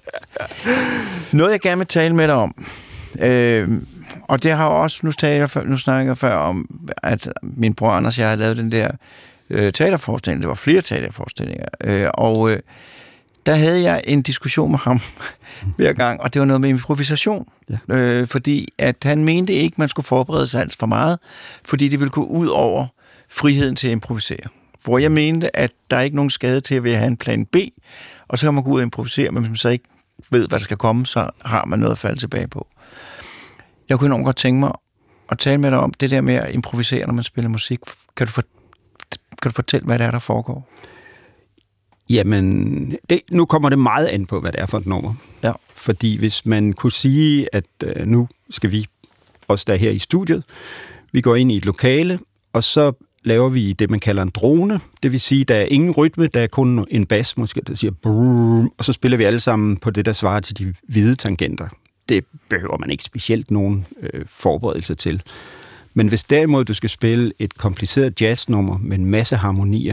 Noget, jeg gerne vil tale med dig om, og det har også, nu snakker jeg før om, at min bror Anders og jeg har lavet den der teaterforestilling. Det var flere teaterforestillinger. Og der havde jeg en diskussion med ham hver gang, og det var noget med improvisation. Ja. Fordi at han mente ikke, man skulle forberede sig alt for meget, fordi det ville gå ud over friheden til at improvisere. Hvor jeg mente, at der er ikke nogen skade til at have en plan B, og så kan man gå ud og improvisere, men hvis man så ikke ved, hvad der skal komme, så har man noget at falde tilbage på. Jeg kunne enormt godt tænke mig at tale med dig om det der med at improvisere, når man spiller musik. Kan du fortælle, hvad det er, der foregår? Jamen, nu kommer det meget an på, hvad det er for et nummer. Ja. Fordi hvis man kunne sige, at nu skal vi, os der er her i studiet, vi går ind i et lokale, og så laver vi det, man kalder en drone. Det vil sige, der er ingen rytme, der er kun en bas, måske, der siger brrr, og så spiller vi alle sammen på det, der svarer til de hvide tangenter. Det behøver man ikke specielt nogen forberedelse til. Men hvis derimod du skal spille et kompliceret jazznummer med en masse harmonier,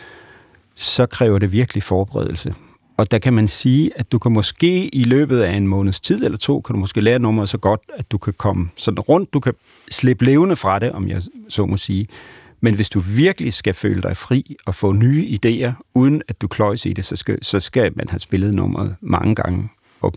så kræver det virkelig forberedelse. Og der kan man sige, at du kan måske i løbet af en måneds tid eller to, kan du måske lære nummeret så godt, at du kan komme sådan rundt, du kan slippe levende fra det, om jeg så må sige. Men hvis du virkelig skal føle dig fri og få nye idéer, uden at du kløjs i det, så skal man have spillet nummeret mange gange op.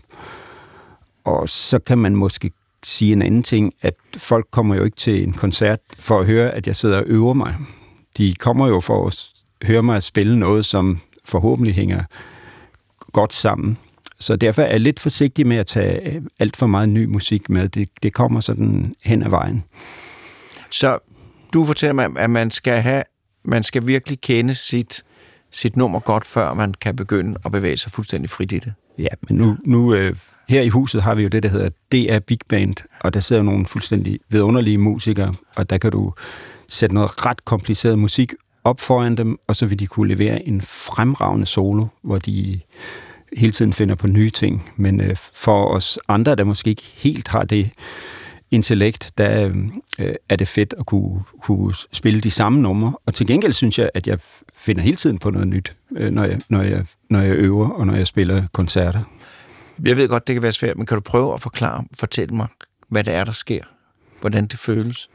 Og så kan man måske sige en anden ting, at folk kommer jo ikke til en koncert for at høre, at jeg sidder og øver mig. De kommer jo for at høre mig spille noget, som forhåbentlig hænger godt sammen. Så derfor er jeg lidt forsigtig med at tage alt for meget ny musik med. Det kommer sådan hen ad vejen. Så du fortæller mig, at man skal virkelig kende sit nummer godt, før man kan begynde at bevæge sig fuldstændig frit i det. Ja, men nu her i huset har vi jo det, der hedder DR Big Band, og der sidder nogle fuldstændig vidunderlige musikere, og der kan du sætte noget ret kompliceret musik op foran dem, og så vil de kunne levere en fremragende solo, hvor de hele tiden finder på nye ting. Men for os andre, der måske ikke helt har det intellekt, der er det fedt at kunne spille de samme numre. Og til gengæld synes jeg, at jeg finder hele tiden på noget nyt, når jeg øver og når jeg spiller koncerter. Jeg ved godt, det kan være svært, men kan du prøve at fortælle mig, hvad det er, der sker? Hvordan det føles?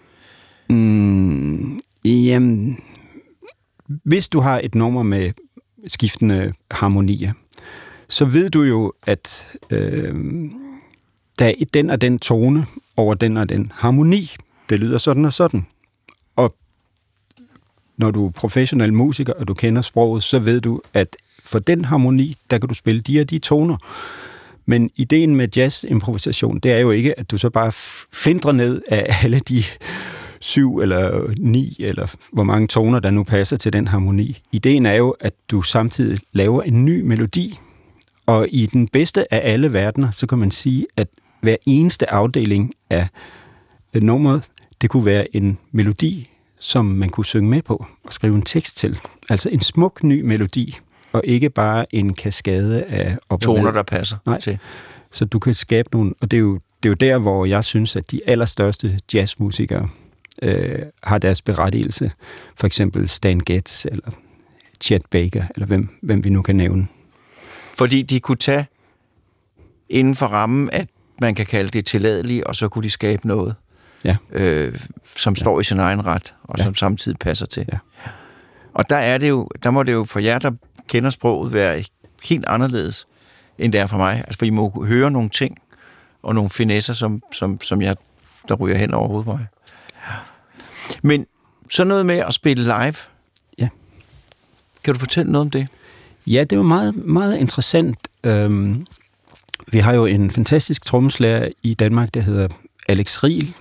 Jamen, hvis du har et nummer med skiftende harmonier, så ved du jo, at der er den og den tone over den og den harmoni. Det lyder sådan og sådan. Og når du er professionel musiker, og du kender sproget, så ved du, at for den harmoni, der kan du spille de og de toner. Men ideen med jazz-improvisation, det er jo ikke, at du så bare flindrer ned af alle de 7 eller 9, eller hvor mange toner, der nu passer til den harmoni. Ideen er jo, at du samtidig laver en ny melodi. Og i den bedste af alle verdener, så kan man sige, at hver eneste afdeling af nummeret, det kunne være en melodi, som man kunne synge med på og skrive en tekst til. Altså en smuk ny melodi, og ikke bare en kaskade af toner, der passer til. Så du kan skabe nogle, og det er jo der, hvor jeg synes, at de allerstørste jazzmusikere har deres berettigelse. For eksempel Stan Getz, eller Chet Baker, eller hvem vi nu kan nævne. Fordi de kunne tage inden for rammen, at man kan kalde det tilladeligt, og så kunne de skabe noget, som står i sin egen ret, og som samtidig passer til. Ja. Og der må det jo for jer, der kender sproget, være helt anderledes, end det er for mig. Altså, for I må høre nogle ting, og nogle finesser, som jeg, der ryger hen over hovedet på mig. Ja. Men så noget med at spille live. Ja. Kan du fortælle noget om det? Ja, det var meget, meget interessant. Vi har jo en fantastisk trommeslager i Danmark, der hedder Alex Riel.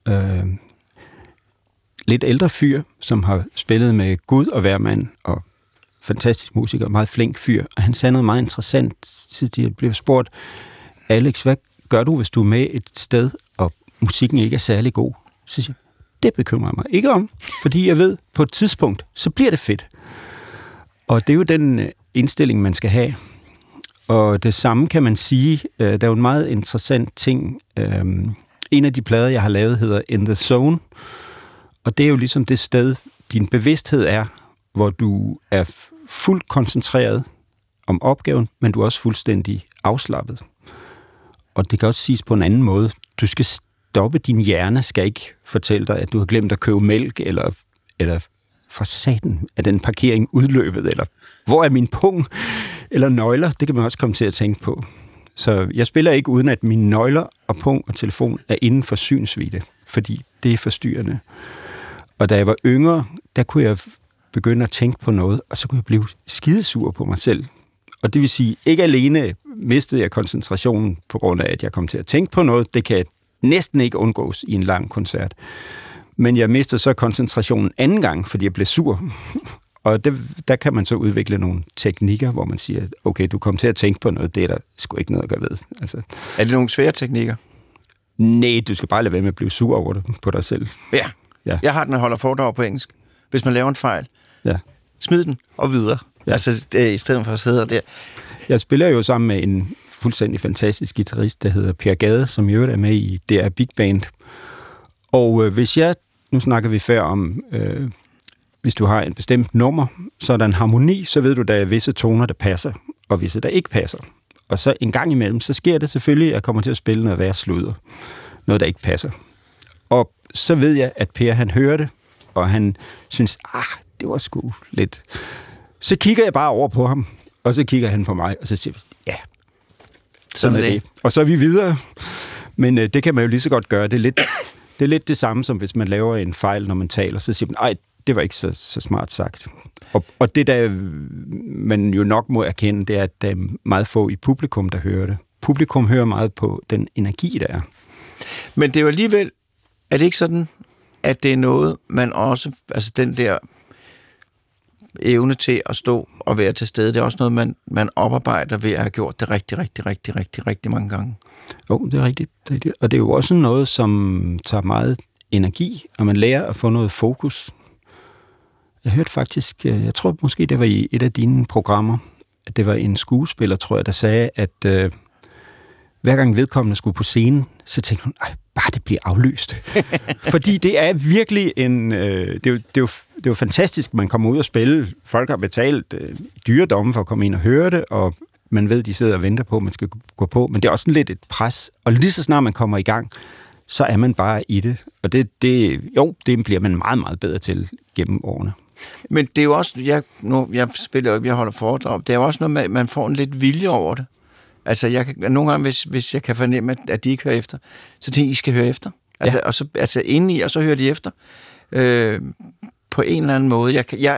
Lidt ældre fyr, som har spillet med Gud og Hvermand, og fantastisk musiker, meget flink fyr. Og han sagde noget meget interessant, så de blev spurgt, Alex, hvad gør du, hvis du er med et sted, og musikken ikke er særlig god? Så siger jeg, det bekymrer jeg mig ikke om, fordi jeg ved, på et tidspunkt, så bliver det fedt. Og det er jo den indstilling, man skal have. Og det samme kan man sige, der er jo en meget interessant ting. En af de plader, jeg har lavet, hedder In the Zone. Og det er jo ligesom det sted, din bevidsthed er, hvor du er fuldt koncentreret om opgaven, men du er også fuldstændig afslappet. Og det kan også siges på en anden måde. Du skal stoppe, din hjerne skal ikke fortælle dig, at du har glemt at købe mælk, eller for satan er den parkering udløbet, eller hvor er min pung, eller nøgler, det kan man også komme til at tænke på. Så jeg spiller ikke uden, at mine nøgler og pung og telefon er inden for synsvidde, fordi det er forstyrrende. Og da jeg var yngre, der kunne jeg begynde at tænke på noget, og så kunne jeg blive skidesur på mig selv. Og det vil sige, ikke alene mistede jeg koncentrationen på grund af, at jeg kom til at tænke på noget. Det kan næsten ikke undgås i en lang koncert. Men jeg mistede så koncentrationen anden gang, fordi jeg blev sur. Og der kan man så udvikle nogle teknikker, hvor man siger, okay, du kom til at tænke på noget, det er der sgu ikke noget at gøre ved. Altså, er det nogle svære teknikker? Nej, du skal bare lade være med at blive sur over det på dig selv. Ja. Jeg har den, der holder foredrag på engelsk. Hvis man laver en fejl, smid den og videre. Ja. Altså, i stedet for at sidde der. Jeg spiller jo sammen med en fuldstændig fantastisk guitarist, der hedder Per Gade, som i øvrigt er med i DR Big Band. Og hvis nu snakker vi før om, hvis du har en bestemt nummer, så er der en harmoni, så ved du, der er visse toner, der passer, og visse, der ikke passer. Og så en gang imellem, så sker det selvfølgelig, at jeg kommer til at spille noget værre sludder. Noget, der ikke passer. Og så ved jeg, at Per, han hører det, og han synes, det var sgu lidt. Så kigger jeg bare over på ham, og så kigger han på mig, og så siger vi, sådan er det. Og så er vi videre. Men det kan man jo lige så godt gøre. Det er lidt det samme, som hvis man laver en fejl, når man taler. Så siger man, det var ikke så smart sagt. Og det, der man jo nok må erkende, det er, at der er meget få i publikum, der hører det. Publikum hører meget på den energi, der er. Men det er jo alligevel, er det ikke sådan, at det er noget, man også, altså den der evne til at stå og være til stede, det er også noget, man oparbejder ved at have gjort det rigtig mange gange. Jo, det er rigtigt. Og det er jo også noget, som tager meget energi, og man lærer at få noget fokus. Jeg hørte faktisk, jeg tror måske, det var i et af dine programmer, at det var en skuespiller, tror jeg, der sagde, at hver gang vedkommende skulle på scenen, så tænkte hun, bare det bliver aflyst. Fordi det er virkelig det er jo fantastisk, man kommer ud og spille. Folk har betalt dyredomme for at komme ind og høre det, og man ved, de sidder og venter på, at man skal gå på. Men det er også lidt et pres. Og lige så snart man kommer i gang, så er man bare i det. Og det bliver man meget, meget bedre til gennem årene. Men det er jo også, jeg spiller jo ikke, jeg holder foredrag, det er jo også noget, man får en lidt vilje over det. Altså, nogle gange, hvis jeg kan fornemme, at de ikke hører efter, så tænker jeg, I skal høre efter. Altså, og så inde i, og så hører de efter. På en eller anden måde. Jeg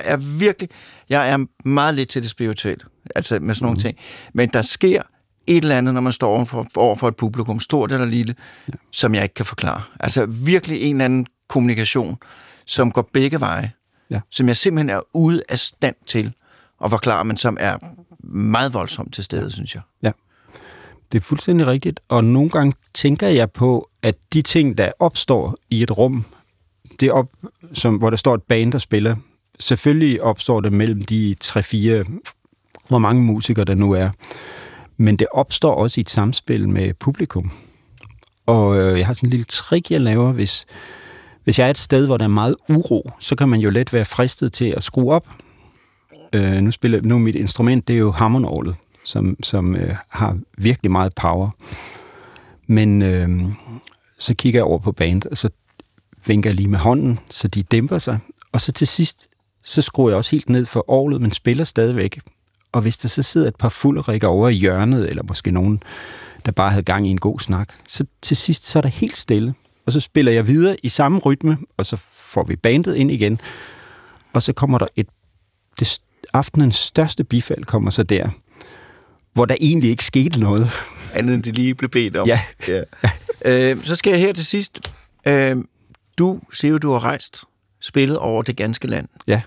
er meget lidt til det spirituelle, altså med sådan nogle ting. Men der sker et eller andet, når man står over for et publikum, stort eller lille, som jeg ikke kan forklare. Altså virkelig en eller anden kommunikation, som går begge veje. Ja. Som jeg simpelthen er ude af stand til at forklare, men som er meget voldsomt til stede, synes jeg. Ja, det er fuldstændig rigtigt. Og nogle gange tænker jeg på, at de ting, der opstår i et rum, hvor der står et band, der spiller, selvfølgelig opstår det mellem de 3-4, hvor mange musikere der nu er. Men det opstår også i et samspil med publikum. Og jeg har sådan en lille trick, jeg laver, hvis jeg er et sted, hvor der er meget uro, så kan man jo let være fristet til at skrue op. Nu mit instrument, det er jo hammondorglet, som har virkelig meget power. Men så kigger jeg over på bandet, og så vinker jeg lige med hånden, så de dæmper sig. Og så til sidst, så skruer jeg også helt ned for orglet, men spiller stadigvæk. Og hvis der så sidder et par fulderikker over i hjørnet, eller måske nogen, der bare havde gang i en god snak, så til sidst, så er der helt stille. Og så spiller jeg videre i samme rytme, og så får vi bandet ind igen. Og så kommer der aftenens største bifald kommer så der, hvor der egentlig ikke skete noget. Andet end det lige blev bedt om. Ja. Så skal jeg her til sidst. Du siger jo, du har rejst, spillet over det ganske land. Ja.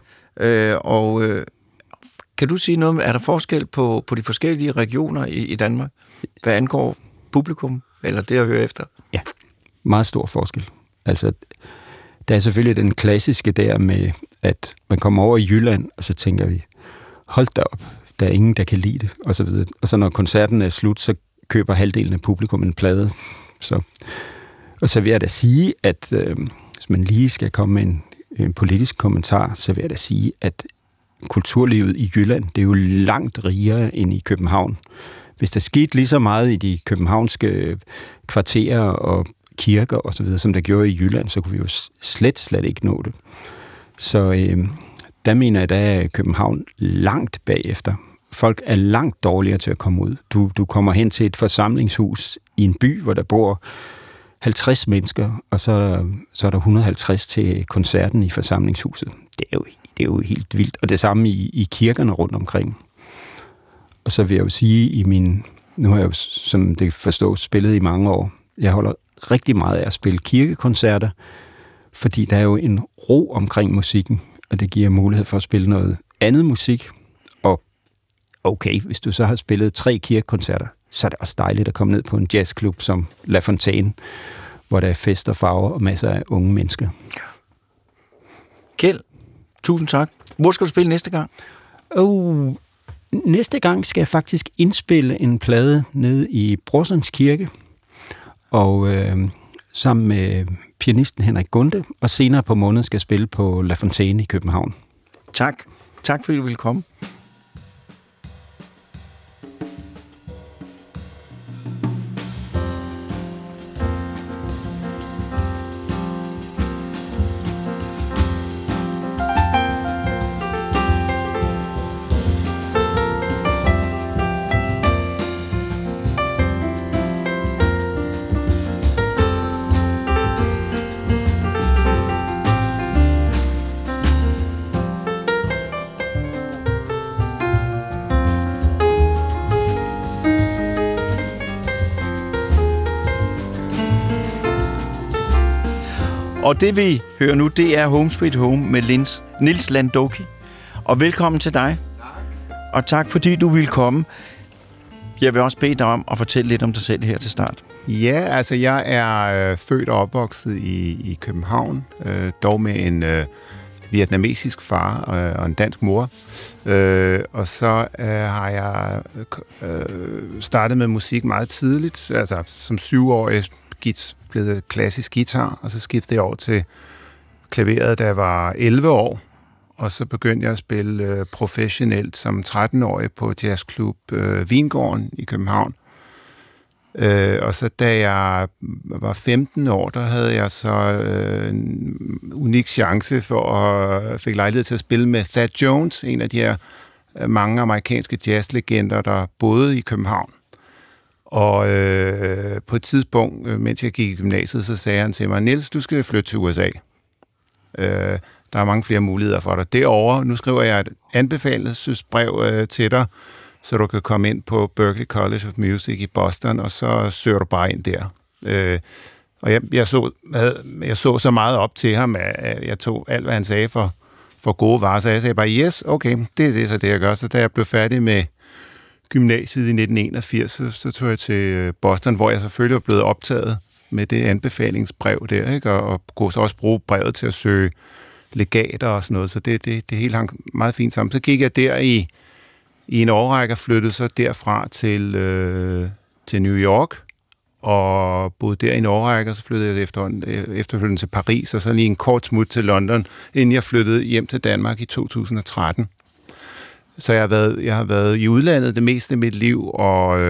Kan du sige noget om, er der forskel på de forskellige regioner i Danmark, hvad angår publikum, eller det at høre efter? Ja, meget stor forskel. Altså, der er selvfølgelig den klassiske der med, at man kommer over i Jylland, og så tænker vi, hold da op, der er ingen, der kan lide det, og så videre. Og så når koncerten er slut, så køber halvdelen af publikum en plade. Og så vil jeg da sige, at hvis man lige skal komme med en politisk kommentar, så vil jeg da sige, at kulturlivet i Jylland, det er jo langt rigere end i København. Hvis der skete lige så meget i de københavnske kvarterer og kirker og så videre, som der gjorde i Jylland, så kunne vi jo slet ikke nå det. Så der mener jeg, der er København langt bagefter. Folk er langt dårligere til at komme ud. Du kommer hen til et forsamlingshus i en by, hvor der bor 50 mennesker, og så er der 150 til koncerten i forsamlingshuset. Det er jo helt vildt. Og det samme i kirkerne rundt omkring. Og så vil jeg jo sige, nu har jeg jo, som det forstås, spillet i mange år. Jeg holder rigtig meget af at spille kirkekoncerter, fordi der er jo en ro omkring musikken, og det giver mulighed for at spille noget andet musik. Og okay, hvis du så har spillet 3 kirkekoncerter, så er det også dejligt at komme ned på en jazzklub som La Fontaine, hvor der er fest og farver og masser af unge mennesker. Kjeld, tusind tak. Hvor skal du spille næste gang? Næste gang skal jeg faktisk indspille en plade nede i Brorsons Kirke, og sammen med pianisten Henrik Gunde, og senere på måneden skal jeg spille på La Fontaine i København. Tak. Tak fordi du ville komme. Og det vi hører nu, det er Home Sweet Home med Niels Landoki. Og velkommen til dig. Tak. Og tak fordi du ville komme. Jeg vil også bede dig om at fortælle lidt om dig selv her til start. Ja, altså jeg er født og opvokset i København, dog med en vietnamesisk far og en dansk mor. Og så har jeg startet med musik meget tidligt, altså som 7-årig blevet klassisk guitar, og så skiftede jeg over til klaveret, da jeg var 11 år, og så begyndte jeg at spille professionelt som 13-årig på jazzklub Vingården i København. Og så da jeg var 15 år, der havde jeg så en unik chance for at fik lejlighed til at spille med Thad Jones, en af de her mange amerikanske jazzlegender, der boede i København. Og på et tidspunkt, mens jeg gik i gymnasiet, så sagde han til mig, Niels, du skal flytte til USA. Der er mange flere muligheder for dig derovre. Nu skriver jeg et anbefalelsesbrev til dig, så du kan komme ind på Berklee College of Music i Boston, og så søger du bare ind der. Og jeg så meget op til ham, at jeg tog alt, hvad han sagde for gode varer, så jeg sagde bare, yes, okay, det er det, så det jeg gør. Så da jeg blev færdig med gymnasiet i 1981, så tog jeg til Boston, hvor jeg selvfølgelig var blevet optaget med det anbefalingsbrev der, ikke? Og kunne så også bruge brevet til at søge legater og sådan noget, så det hele hang meget fint sammen. Så gik jeg der i en årrække og flyttede så derfra til New York, og boede der i en årrække, og så flyttede jeg efterfølgende til Paris, og så lige en kort smut til London, inden jeg flyttede hjem til Danmark i 2013. Så jeg har været i udlandet det meste af mit liv, og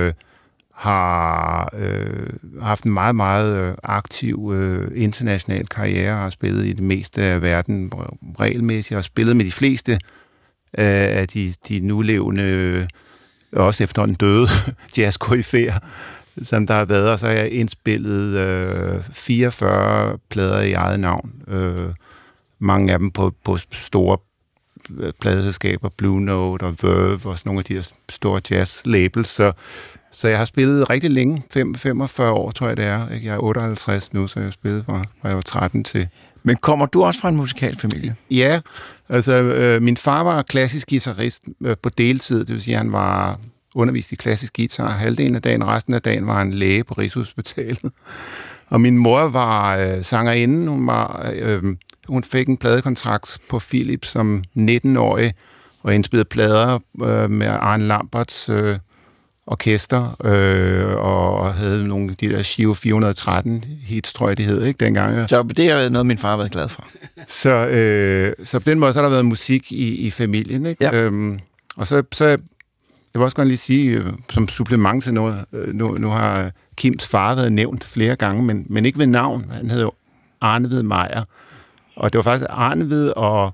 har haft en meget, meget aktiv international karriere, har spillet i det meste af verden regelmæssigt, og spillet med de fleste af de nulevende, også efterhånden døde jazzkoryfæer, som der har været, og så har jeg indspillet 44 plader i eget navn. Mange af dem på store pladeselskaber, Blue Note og Verve og sådan nogle af de her store jazz-labels. Så jeg har spillet rigtig længe, 45 år, tror jeg det er. Jeg er 58 nu, så jeg har spillet fra jeg var 13 til... Men kommer du også fra en musikalfamilie? Ja, altså min far var klassisk guitarist på deltid, det vil sige, at han var undervist i klassisk guitar halvdelen af dagen, resten af dagen var han læge på Rigshospitalet. Og min mor var sangerinde, hun fik en pladekontrakt på Philips som 19-årig, og indspillede plader med Arne Lamberts orkester, og havde nogle af de der Shio 413 hits, tror jeg, det hed, ikke, dengang. Så det er noget, min far har været glad for. Så på den måde, så har der været musik i familien, ikke? Ja. Og så jeg vil også godt lige sige, som supplement til noget, nu har Kims far været nævnt flere gange, men ikke ved navn. Han hed jo Arneved Meyer. Og det var faktisk Arneved og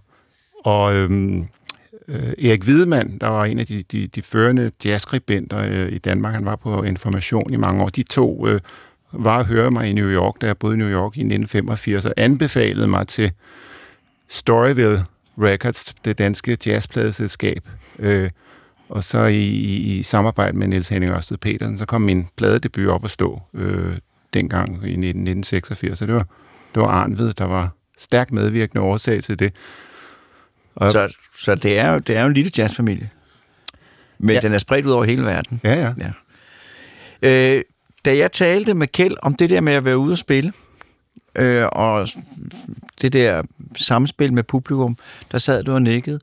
Erik Hvidemann, der var en af de førende jazzskribenter i Danmark. Han var på Information i mange år. De to var at høre mig i New York, da jeg boede i New York i 1985, og anbefalede mig til Storyville Records, det danske jazzpladeselskab. Og så i samarbejde med Niels Henning Ørsted Petersen, så kom min pladedebut op at stå dengang i 1986. Så det var Arnved, der var stærkt medvirkende årsag til det. Og så det er jo en lille jazzfamilie. Men den er spredt ud over hele verden. Ja. Da jeg talte med Kjeld om det der med at være ude og spille, og det der samspil med publikum, der sad du og nikkede.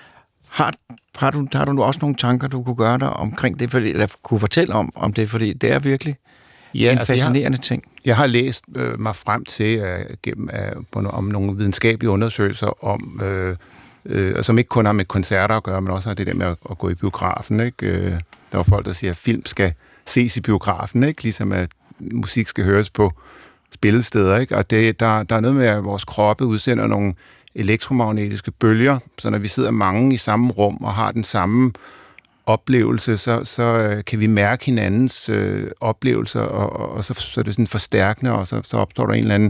Har du også nogle tanker, du kunne gøre dig omkring det, eller kunne fortælle om det, fordi det er virkelig en fascinerende ting. Jeg har læst mig frem til om nogle videnskabelige undersøgelser om, som ikke kun har med koncerter at gøre, men også har det der med at gå i biografen. Ikke? Der var folk, der siger, at film skal ses i biografen, ikke? Ligesom at musik skal høres på spillesteder. Ikke? Og der er noget med, at vores kroppe udsender nogle elektromagnetiske bølger, så når vi sidder mange i samme rum og har den samme oplevelse, så kan vi mærke hinandens oplevelser, og så er det sådan forstærkende, og så opstår der en eller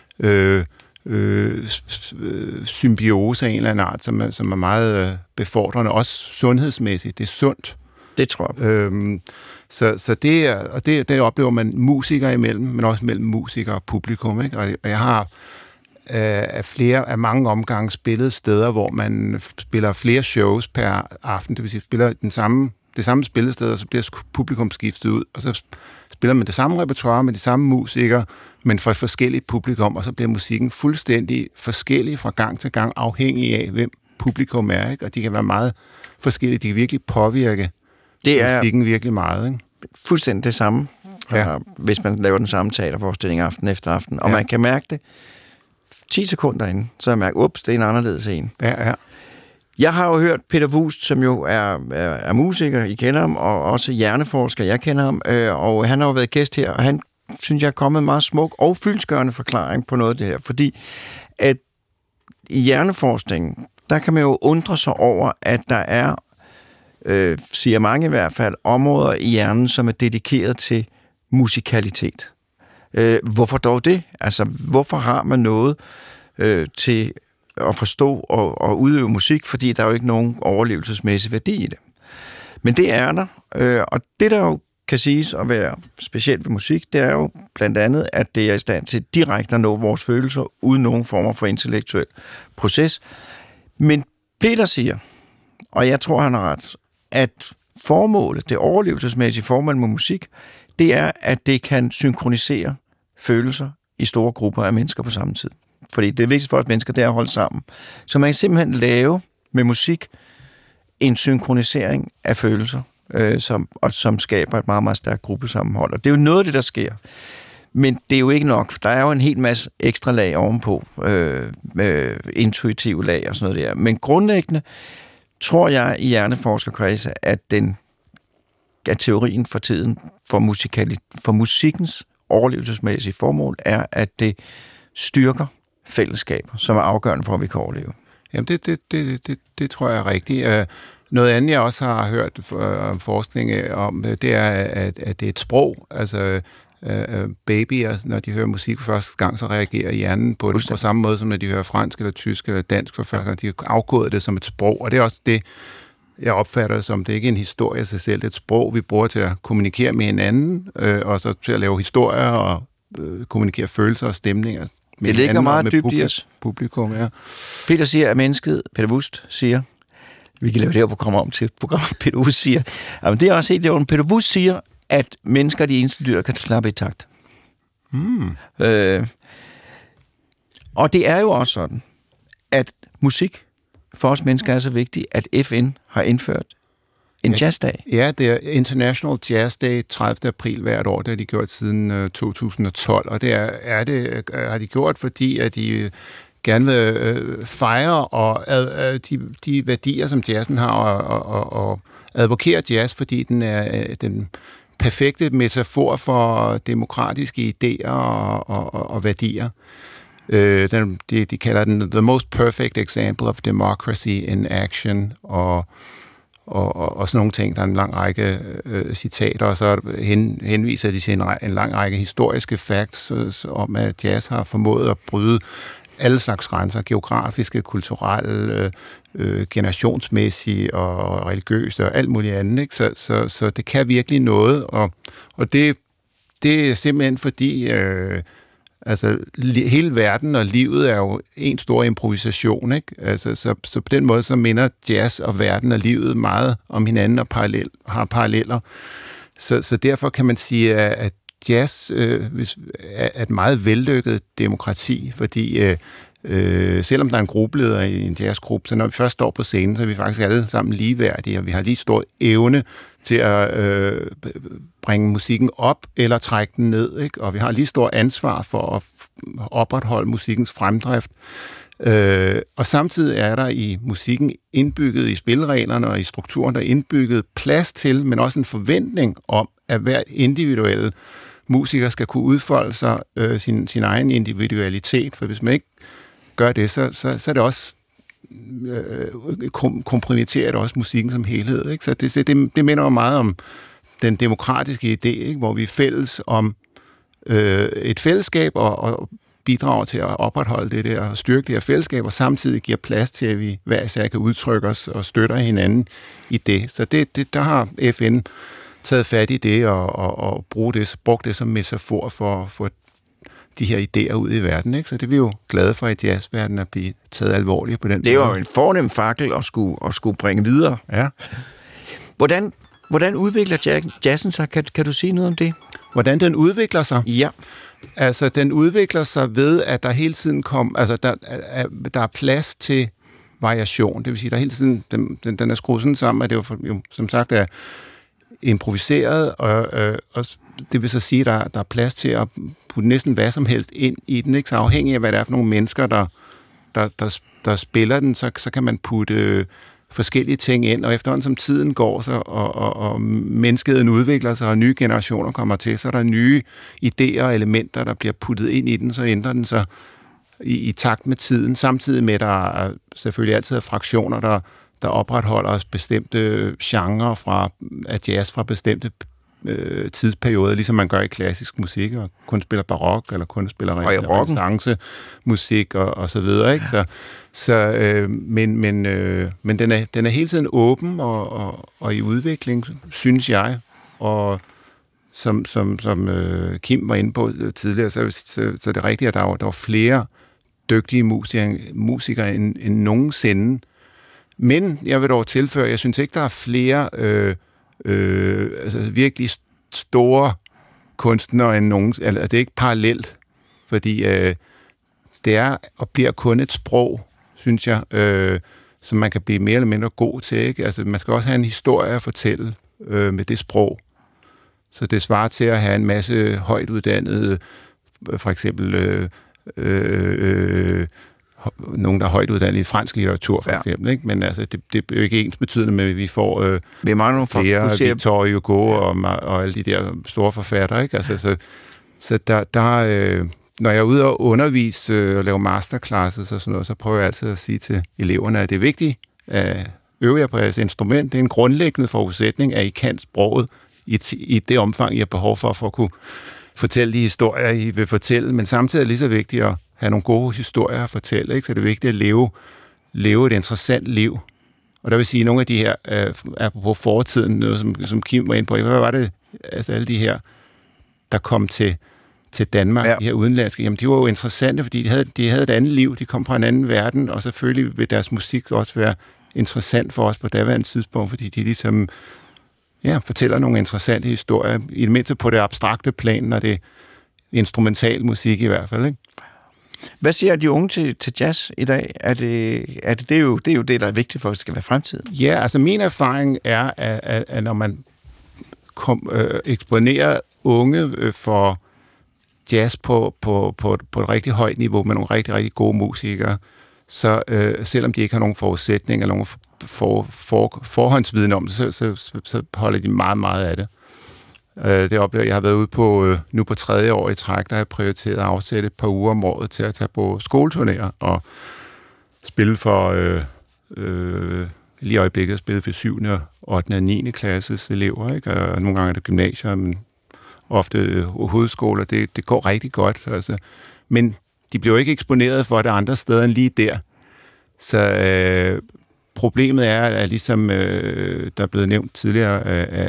anden symbiose af en eller anden art, som er meget befordrende, også sundhedsmæssigt. Det er sundt. Det tror jeg. Så det oplever man musikere imellem, men også mellem musikere og publikum. Ikke? Og jeg har af mange omgange spillet steder, hvor man spiller flere shows per aften. Det vil sige, spiller det samme spillested, og så bliver publikum skiftet ud, og så spiller man det samme repertoire med de samme musikere, men for et forskelligt publikum, og så bliver musikken fuldstændig forskellig fra gang til gang, afhængig af, hvem publikum er. Ikke? Og de kan være meget forskellige. De kan virkelig påvirke musikken virkelig meget. Ikke? Fuldstændig det samme, hvis man laver den samme teaterforestilling aften efter aften. Og man kan mærke det 10 sekunder inden, så jeg mærker, det er en anderledes en. Ja. Jeg har jo hørt Peter Vuust, som jo er musiker, I kender ham, og også hjerneforsker, jeg kender ham, og han har jo været gæst her, og han synes jeg er kommet en meget smuk og fyldestgørende forklaring på noget af det her, fordi at i hjerneforskningen, der kan man jo undre sig over, at der er, siger mange i hvert fald, områder i hjernen, som er dedikeret til musikalitet. Hvorfor dog det? Altså, hvorfor har man noget til at forstå og udøve musik, fordi der er jo ikke nogen overlevelsesmæssig værdi i det. Men det er der, og det der jo kan siges at være specielt ved musik, det er jo blandt andet, at det er i stand til direkte at nå vores følelser uden nogen former for intellektuel proces. Men Peter siger, og jeg tror han har ret, at formålet, det overlevelsesmæssige formål med musik, det er, at det kan synkronisere følelser i store grupper af mennesker på samme tid. Fordi det vigtigste for os mennesker, det er at holde sammen. Så man kan simpelthen lave med musik en synkronisering af følelser, som skaber et meget, meget stærkt gruppesammenhold. Og det er jo noget af det, der sker. Men det er jo ikke nok. Der er jo en hel masse ekstra lag ovenpå, med intuitive lag og sådan noget der. Men grundlæggende tror jeg i hjerneforskerkredse, at teorien for tiden for musikkens overlevelsesmæssige formål er, at det styrker fællesskaber, som er afgørende for, at vi kan overleve. Jamen, det tror jeg er rigtigt. Noget andet, jeg også har hørt om forskning om, det er, at det er et sprog. Altså, babyer, når de hører musik for første gang, så reagerer hjernen på det på samme måde, som når de hører fransk eller tysk eller dansk for første gang. De har afkodet det som et sprog, og det er også det, jeg opfatter det som. Det er ikke en historie af sig selv, det er et sprog, vi bruger til at kommunikere med hinanden, og så til at lave historier og kommunikere følelser og stemninger. Det ligger meget dybt i os. Publikum, ja. Peter Vuust siger, vi kan lave det her program om til program, Peter Vuust siger, jamen det er også helt det, Peter Vuust siger, at mennesker er de eneste dyr, der kan klappe i takt. Og det er jo også sådan, at musik for os mennesker er så vigtigt, at FN har indført en jazzdag. Ja, det er International Jazz Day 30. april hvert år. Det har de gjort siden 2012, og det har de gjort, fordi at de gerne vil fejre og de værdier, som jazzen har, og advokere jazz, fordi den er den perfekte metafor for demokratiske idéer og værdier. De kalder den the most perfect example of democracy in action, og sådan nogle ting. Der er en lang række citater, og så henviser de til en lang række historiske facts om, at jazz har formået at bryde alle slags grænser, geografiske, kulturelle, generationsmæssige og religiøse og alt muligt andet. Ikke? Så det kan virkelig noget, og det er simpelthen fordi hele verden og livet er jo en stor improvisation, ikke? Altså, så på den måde så minder jazz og verden og livet meget om hinanden og har paralleller. Så derfor kan man sige, at jazz er et meget vellykket demokrati, fordi selvom der er en gruppeleder i en jazzgruppe, så når vi først står på scenen, så er vi faktisk alle sammen ligeværdige, og vi har lige stor evne til at bringe musikken op eller trække den ned, ikke? Og vi har lige stor ansvar for at opretholde musikkens fremdrift. Og samtidig er der i musikken indbygget i spillereglerne og i strukturen, der er indbygget plads til, men også en forventning om, at hver individuelle musiker skal kunne udfolde sig sin egen individualitet, for hvis man ikke gør det, så er det også kompromitterer det også musikken som helhed. Ikke? Så det minder jo meget om den demokratiske idé, ikke? Hvor vi er fælles om et fællesskab og bidrager til at opretholde det der og styrke det her fællesskab, og samtidig giver plads til, at vi hver især kan udtrykke os og støtter hinanden i det. Så der har FN taget fat i det og brugt det som metafor for de her idéer ud i verden. Ikke? Så det er vi jo glade for i jazzverdenen at blive taget alvorligt på den måde. Det er jo en fornem fakkel at skulle bringe videre. Ja. Hvordan udvikler jazzen sig? Kan du sige noget om det? Hvordan den udvikler sig? Ja. Altså, den udvikler sig ved, at der hele tiden der er plads til variation. Det vil sige, der hele tiden, den er skruet sådan sammen, at det jo som sagt er improviseret, og det vil så sige, at der er plads til at putte næsten hvad som helst ind i den, ikke? Så afhængig af, hvad det er for nogle mennesker, der spiller den, så kan man putte forskellige ting ind, og efterhånden som tiden går, og menneskeheden udvikler sig, og nye generationer kommer til, så er der nye idéer og elementer, der bliver puttet ind i den, så ændrer den sig i takt med tiden, samtidig med, at der selvfølgelig altid er fraktioner, der opretholder bestemte genrer af jazz fra bestemte tidsperioder, ligesom man gør i klassisk musik, og kun spiller barok, eller kun spiller renæssance musik og så videre, ikke? Men den er hele tiden åben og i udvikling, synes jeg, og som Kim var inde på tidligere, så er det rigtigt, at der var flere dygtige musikere end nogensinde. Men jeg vil dog tilføje, jeg synes ikke, der er flere virkelig store kunstnere end nogen. Altså, det er ikke parallelt, fordi det er og bliver kun et sprog, synes jeg, som man kan blive mere eller mindre god til. Ikke? Altså, man skal også have en historie at fortælle med det sprog. Så det svarer til at have en masse højt uddannede, for eksempel nogen, der er højt uddannet i fransk litteratur, for eksempel. Ikke? Men altså, det er jo ikke ens betydende med, at vi får flere Victor Hugo og alle de der store forfattere. Ikke? Altså, så der når jeg er ude og undervise og lave masterclasses og sådan noget, så prøver jeg altid at sige til eleverne, at det er vigtigt at øve jer på jeres instrument. Det er en grundlæggende forudsætning, at I kan sproget i det omfang, I har behov for at kunne fortælle de historier, I vil fortælle, men samtidig er det lige så vigtigt at have nogle gode historier at fortælle, ikke? Så det er vigtigt at leve et interessant liv. Og der vil sige, at nogle af de her, apropos fortiden, noget som Kim var inde på, hvad var det, altså alle de her, der kom til Danmark, de her udenlandske, jamen de var jo interessante, fordi de havde et andet liv, de kom fra en anden verden, og selvfølgelig vil deres musik også være interessant for os på daværende tidspunkt, fordi de ligesom fortæller nogle interessante historier, i det mindste på det abstrakte plan, når det er instrumental musik i hvert fald, ikke? Hvad siger de unge til jazz i dag? Det er jo det, der er vigtigt for, at det skal være fremtiden. Ja, altså min erfaring er, at når man eksponerer unge for jazz på et rigtig højt niveau med nogle rigtig, rigtig gode musikere, så selvom de ikke har nogen forudsætning eller nogen forhåndsviden om det, så holder de meget, meget af det. Det oplever jeg har været ude på nu på 3. år i træk, der har jeg prioriteret at afsætte et par uger om året til at tage på skoleturnéer og spille for lige i øjeblikket spille for 7., 8. og 9. klasses elever, ikke? Og nogle gange er det gymnasier, men ofte hovedskoler. Det går rigtig godt. Altså. Men de bliver jo ikke eksponeret for det andre steder end lige der. Så problemet er, at ligesom der er blevet nævnt tidligere,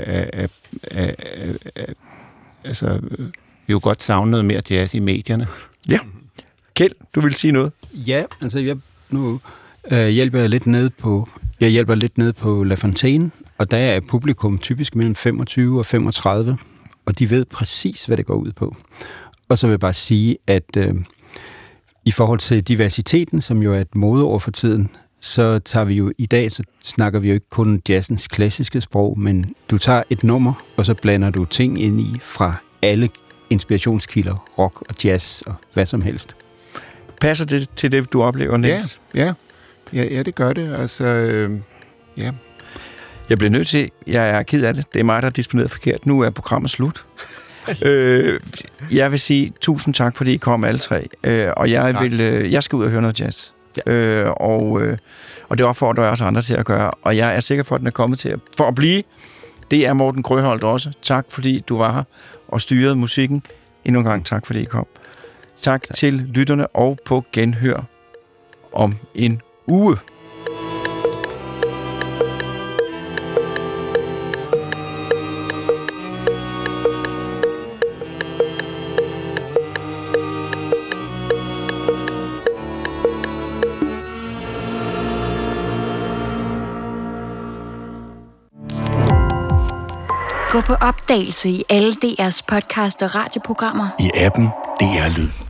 altså, vi jo godt savne noget mere jazz i medierne. Ja. Kjeld, du vil sige noget? Ja, altså jeg hjælper lidt ned på La Fontaine, og der er publikum typisk mellem 25 og 35, og de ved præcis, hvad det går ud på. Og så vil jeg bare sige, at i forhold til diversiteten, som jo er et modeord for tiden, så tager vi jo i dag, så snakker vi jo ikke kun jazzens klassiske sprog, men du tager et nummer, og så blander du ting ind i fra alle inspirationskilder, rock og jazz og hvad som helst. Passer det til det, du oplever, Niels? Ja, det gør det. Altså, ja. Jeg bliver nødt til, jeg er ked af det. Det er mig, der har disponeret forkert. Nu er programmet slut. Jeg vil sige tusind tak, fordi I kom alle tre. Og jeg skal ud og høre noget jazz. Ja. Og det opfordrer jeg også andre til at gøre. Og jeg er sikker for, at den er kommet for at blive. Det er Morten Grøholt også. Tak, fordi du var her og styrede musikken. Endnu en gang tak, fordi I kom. Tak til lytterne og på genhør om en uge. Gå på opdagelse i alle DR's podcast og radioprogrammer. I appen DR Lyd.